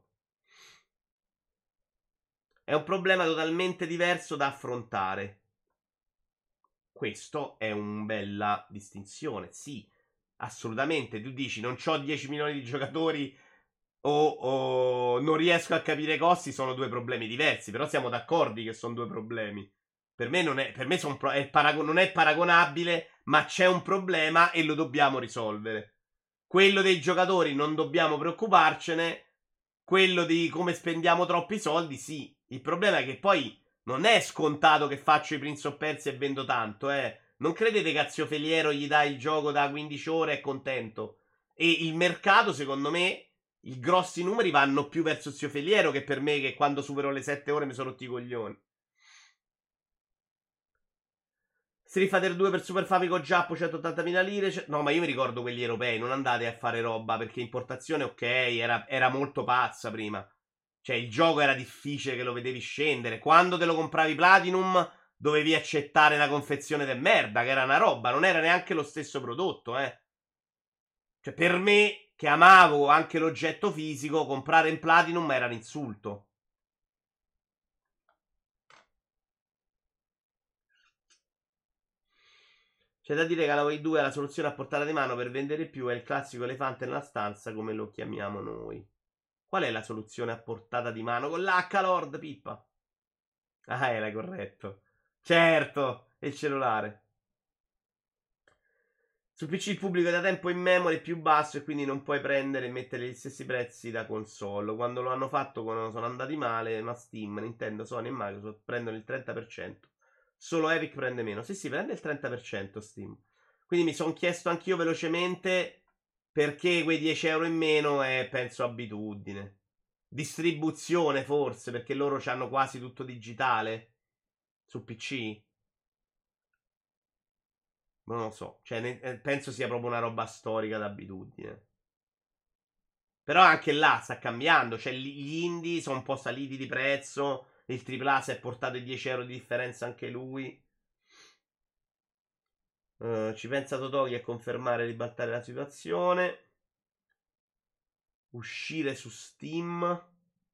È un problema totalmente diverso da affrontare. Questo è una bella distinzione, sì. Assolutamente, tu dici non c'ho 10 milioni di giocatori o non riesco a capire i costi, sono due problemi diversi, però siamo d'accordo che sono due problemi. Per me non è, non è paragonabile, ma c'è un problema e lo dobbiamo risolvere. Quello dei giocatori non dobbiamo preoccuparcene, quello di come spendiamo troppi soldi, sì. Il problema è che poi non è scontato che faccio i Prince of Persia e vendo tanto, Non credete che a Zio Feliero gli dai il gioco da 15 ore e è contento? E il mercato, secondo me, i grossi numeri vanno più verso Zio Feliero che per me, che quando supero le 7 ore mi sono rotti i coglioni. Street Fighter 2 per Super Famicom Giappo 180.000 lire. No, ma io mi ricordo quelli europei. Non andate a fare roba perché importazione, ok, era molto pazza prima. Cioè, il gioco era difficile che lo vedevi scendere. Quando te lo compravi Platinum, dovevi accettare una confezione de merda, che era una roba, non era neanche lo stesso prodotto, Cioè, per me, che amavo anche l'oggetto fisico, comprare in Platinum era un insulto. C'è da dire che la Way 2 è la soluzione a portata di mano per vendere più, è il classico elefante nella stanza, come lo chiamiamo noi. Qual è la soluzione a portata di mano? Con l'H Lord, Pippa. Ah, era corretto. Certo, e il cellulare. Su PC il pubblico è da tempo in memory più basso e quindi non puoi prendere e mettere gli stessi prezzi da console. Quando lo hanno fatto, quando sono andati male, ma Steam, Nintendo, Sony e Microsoft prendono il 30%. Solo Epic prende meno. Sì, prende il 30% Steam. Quindi mi sono chiesto anch'io velocemente perché quei 10 euro in meno è, penso, abitudine. Distribuzione, forse, perché loro hanno quasi tutto digitale su PC. Non lo so. Cioè, penso sia proprio una roba storica d'abitudine. Però anche là sta cambiando. Cioè, gli indie sono un po' saliti di prezzo. Il AAA si è portato i 10 euro di differenza anche lui. Ci pensa Totoki a confermare e ribaltare la situazione. Uscire su Steam.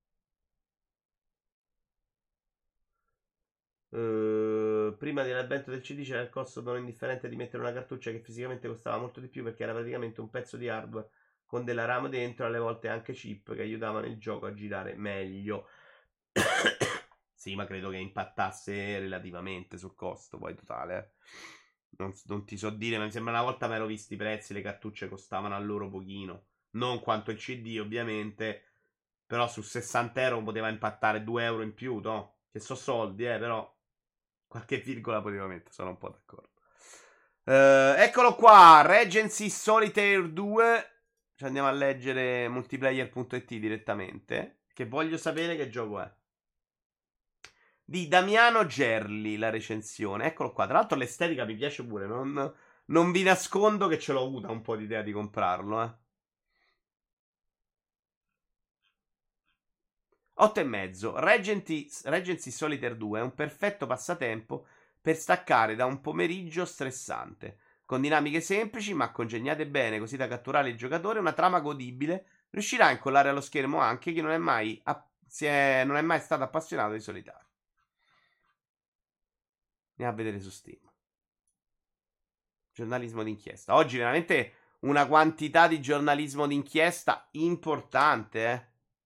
Prima dell'avvento del CD c'era il costo non indifferente di mettere una cartuccia che fisicamente costava molto di più perché era praticamente un pezzo di hardware con della RAM dentro, alle volte anche chip che aiutavano il gioco a girare meglio. Sì, ma credo che impattasse relativamente sul costo poi totale. Non ti so dire, ma mi sembra una volta mi ero visti i prezzi, le cartucce costavano a loro pochino. Non quanto il CD, ovviamente. Però su 60 euro poteva impattare 2 euro in più, no? Che so soldi, però qualche virgola poteva mettere, sono un po' d'accordo. Eccolo qua, Regency Solitaire 2. Ci andiamo a leggere multiplayer.it direttamente, che voglio sapere che gioco è. Di Damiano Gerli, la recensione. Eccolo qua. Tra l'altro l'estetica mi piace pure. Non vi nascondo che ce l'ho avuta un po' d'idea di comprarlo, 8,5. Regency Solitaire 2 è un perfetto passatempo per staccare da un pomeriggio stressante. Con dinamiche semplici ma congegnate bene così da catturare il giocatore, una trama godibile riuscirà a incollare allo schermo anche chi non è mai stato appassionato di solitario. Andiamo a vedere su Steam. Giornalismo d'inchiesta. Oggi veramente una quantità di giornalismo d'inchiesta importante,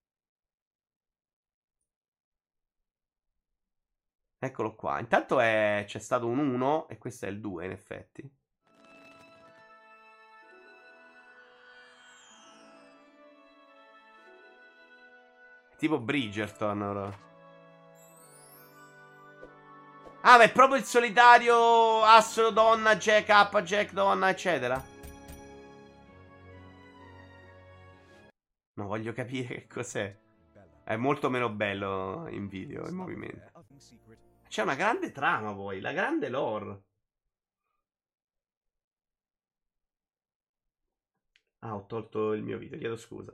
Eccolo qua. Intanto c'è stato un 1 e questo è il 2 in effetti. Tipo Bridgerton ora. Ah, ma è proprio il solitario Assolo donna, Jack up, Jack donna, eccetera. No, voglio capire che cos'è. È molto meno bello in video, il movimento. C'è una grande trama poi, la grande lore. Ah, ho tolto il mio video, chiedo scusa.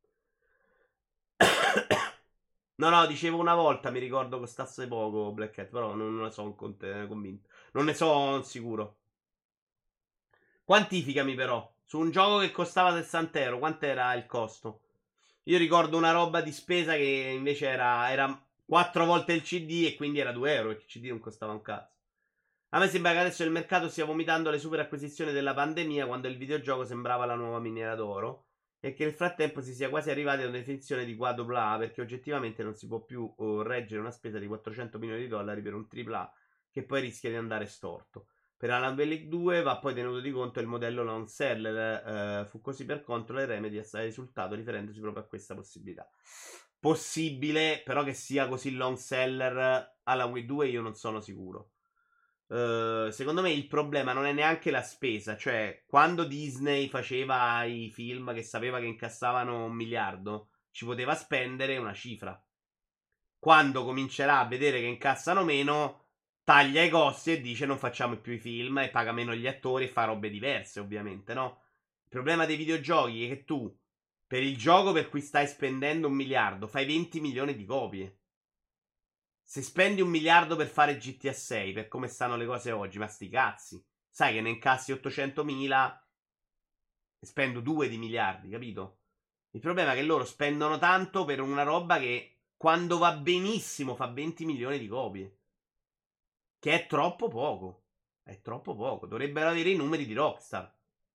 No, dicevo una volta, mi ricordo costasse poco Black Cat, però non ne sono convinto. Non ne sono sicuro. Quantificami però, su un gioco che costava 60 euro, quant'era il costo? Io ricordo una roba di spesa che invece era 4 volte il CD e quindi era 2 euro, perché il CD non costava un cazzo. A me sembra che adesso il mercato stia vomitando le super acquisizioni della pandemia, quando il videogioco sembrava la nuova miniera d'oro, e che nel frattempo si sia quasi arrivati ad una definizione di quadrupla A, perché oggettivamente non si può più reggere una spesa di 400 milioni di dollari per un AAA che poi rischia di andare storto. Per Alan Wake 2 va poi tenuto di conto il modello long seller, fu così per Control e Remedy è risultato riferendosi proprio a questa possibilità. Possibile, però che sia così long seller Alan Wake 2 io non sono sicuro. Secondo me il problema non è neanche la spesa, cioè quando Disney faceva i film che sapeva che incassavano 1 miliardo, ci poteva spendere una cifra. Quando comincerà a vedere che incassano meno, taglia i costi e dice non facciamo più i film e paga meno gli attori e fa robe diverse, ovviamente, no? Il problema dei videogiochi è che tu, per il gioco per cui stai spendendo 1 miliardo, fai 20 milioni di copie. Se spendi 1 miliardo per fare GTA 6, per come stanno le cose oggi, ma sti cazzi. Sai che ne incassi 800.000 e spendo 2 di miliardi, capito? Il problema è che loro spendono tanto per una roba che, quando va benissimo, fa 20 milioni di copie. Che è troppo poco. È troppo poco. Dovrebbero avere i numeri di Rockstar.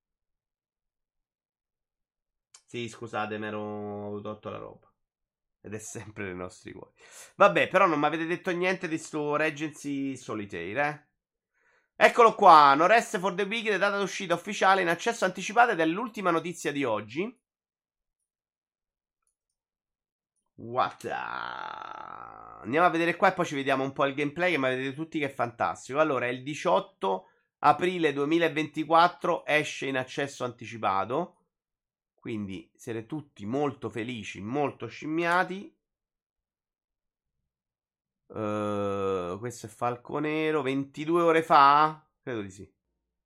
Sì, scusate, mi ero tolto la roba. Ed è sempre nei nostri cuori. Vabbè, però non mi avete detto niente di sto Regency Solitaire, Eccolo qua. No Rest for the Wicked, data d'uscita ufficiale in accesso anticipato ed è l'ultima notizia di oggi. Andiamo a vedere qua e poi ci vediamo un po' il gameplay che mi vedete tutti che è fantastico. Allora, il 18 aprile 2024 esce in accesso anticipato. Quindi siete tutti molto felici, molto scimmiati. Questo è Falco Nero. 22 ore fa? Credo di sì.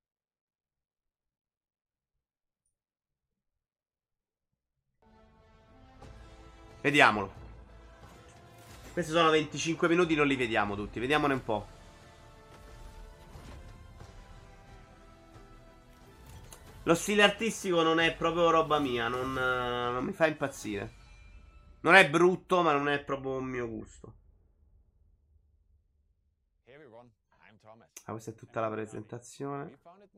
Vediamolo. Questi sono 25 minuti, non li vediamo tutti. Vediamone un po'. Lo stile artistico non è proprio roba mia, non mi fa impazzire. Non è brutto, ma non è proprio un mio gusto. Ah, questa è tutta la presentazione.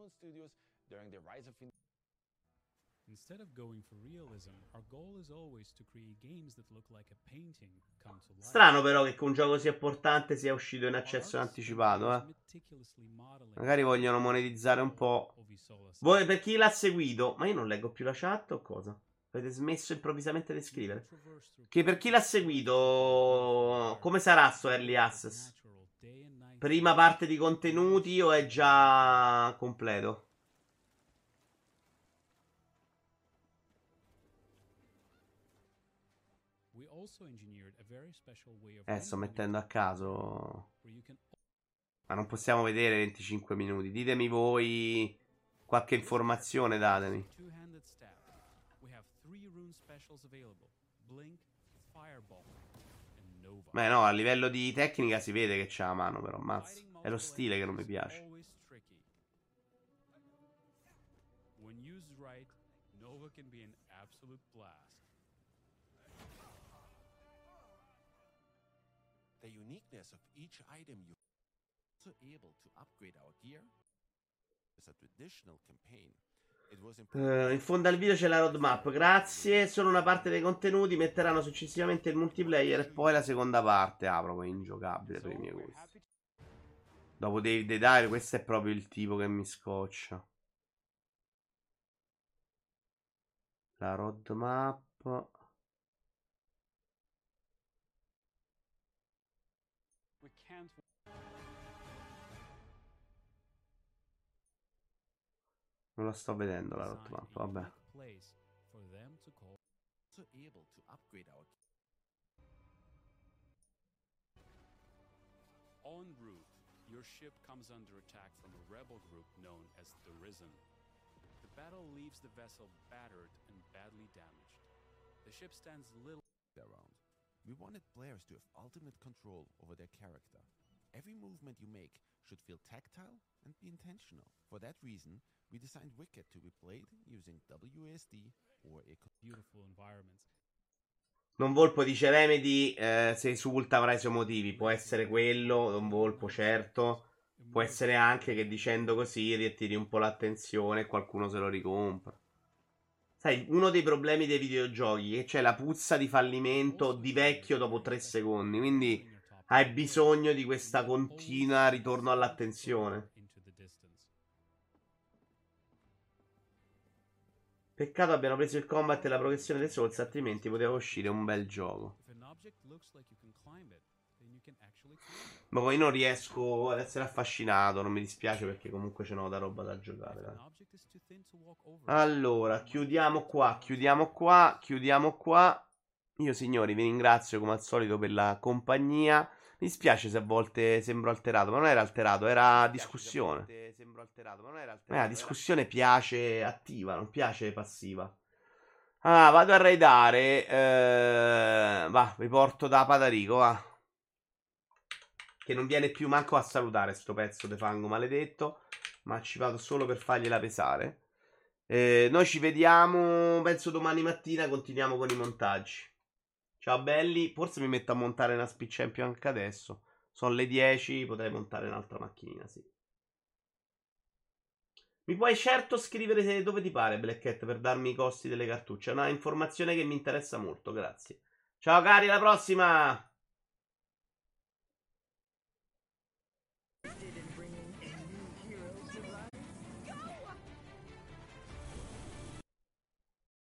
Instead of going for realism, our goal is always to create games that look like a painting come to life. Strano però che un gioco sia importante sia uscito in accesso anticipato, Magari vogliono monetizzare un po'. Voi, per chi l'ha seguito, ma io non leggo più la chat o cosa? Avete smesso improvvisamente di scrivere? Che per chi l'ha seguito, come sarà sto Early Access? Prima parte di contenuti o è già completo? We also engineered a very special way of Sto rendering mettendo a it caso. where you can Ma non possiamo vedere 25 minuti. Ditemi voi qualche informazione, datemi. two-handed staff. We have 3 rune specials available: Blink, Fireball, and Nova. Beh, no, a livello di tecnica si vede che c'ha la mano, però, mazza. È lo stile che non mi piace. Always tricky. When used right, Nova can be an absolute blast. The uniqueness of each item you also able to upgrade our gear as a traditional campaign. It was In fondo al video c'è la roadmap. Grazie. Solo una parte dei contenuti. Metteranno successivamente il multiplayer e poi la seconda parte. Ah, proprio ingiocabile per i miei gusti. Dopo David the Dire, questo è proprio il tipo che mi scoccia. La roadmap. We can't Non la sto vedendo la roadmap, vabbè. place for them to call also able to upgrade our en route. Your ship comes under attack from a rebel group known as the Risen. The battle leaves the vessel battered and badly damaged. The ship stands little around. We wanted players to have ultimate control over their character. Every movement you make should feel tactile and be intentional. For that reason, we designed Wicked to be played using WASD or a beautiful environments. Don Volpo dice Remedy se esulta avrà i suoi motivi. Può essere quello, Don Volpo, certo. Può essere anche che dicendo così riattiri un po' l'attenzione e qualcuno se lo ricompra. Sai, uno dei problemi dei videogiochi è che c'è la puzza di fallimento di vecchio dopo 3 secondi. Quindi hai bisogno di questa continua ritorno all'attenzione. Peccato abbiano preso il combat e la progressione dei Souls, altrimenti poteva uscire un bel gioco. Ma poi non riesco ad essere affascinato, non mi dispiace perché comunque ce n'ho da roba da giocare. Dai. Allora, chiudiamo qua. Io signori vi ringrazio come al solito per la compagnia. Mi dispiace se a volte sembro alterato, ma non era alterato, era discussione. La discussione piace attiva, non piace passiva. Ah, vado a raidare. Va, vi porto da Patarico, va. Che non viene più manco a salutare sto pezzo di fango maledetto. Ma ci vado solo per fargliela pesare. Noi ci vediamo, penso domani mattina, continuiamo con i montaggi. Ciao belli, forse mi metto a montare una Speed Champion anche adesso. Sono le 10, potrei montare un'altra macchinina, sì. Mi puoi certo scrivere dove ti pare, Black Cat, per darmi i costi delle cartucce. È una informazione che mi interessa molto, grazie. Ciao cari, alla prossima!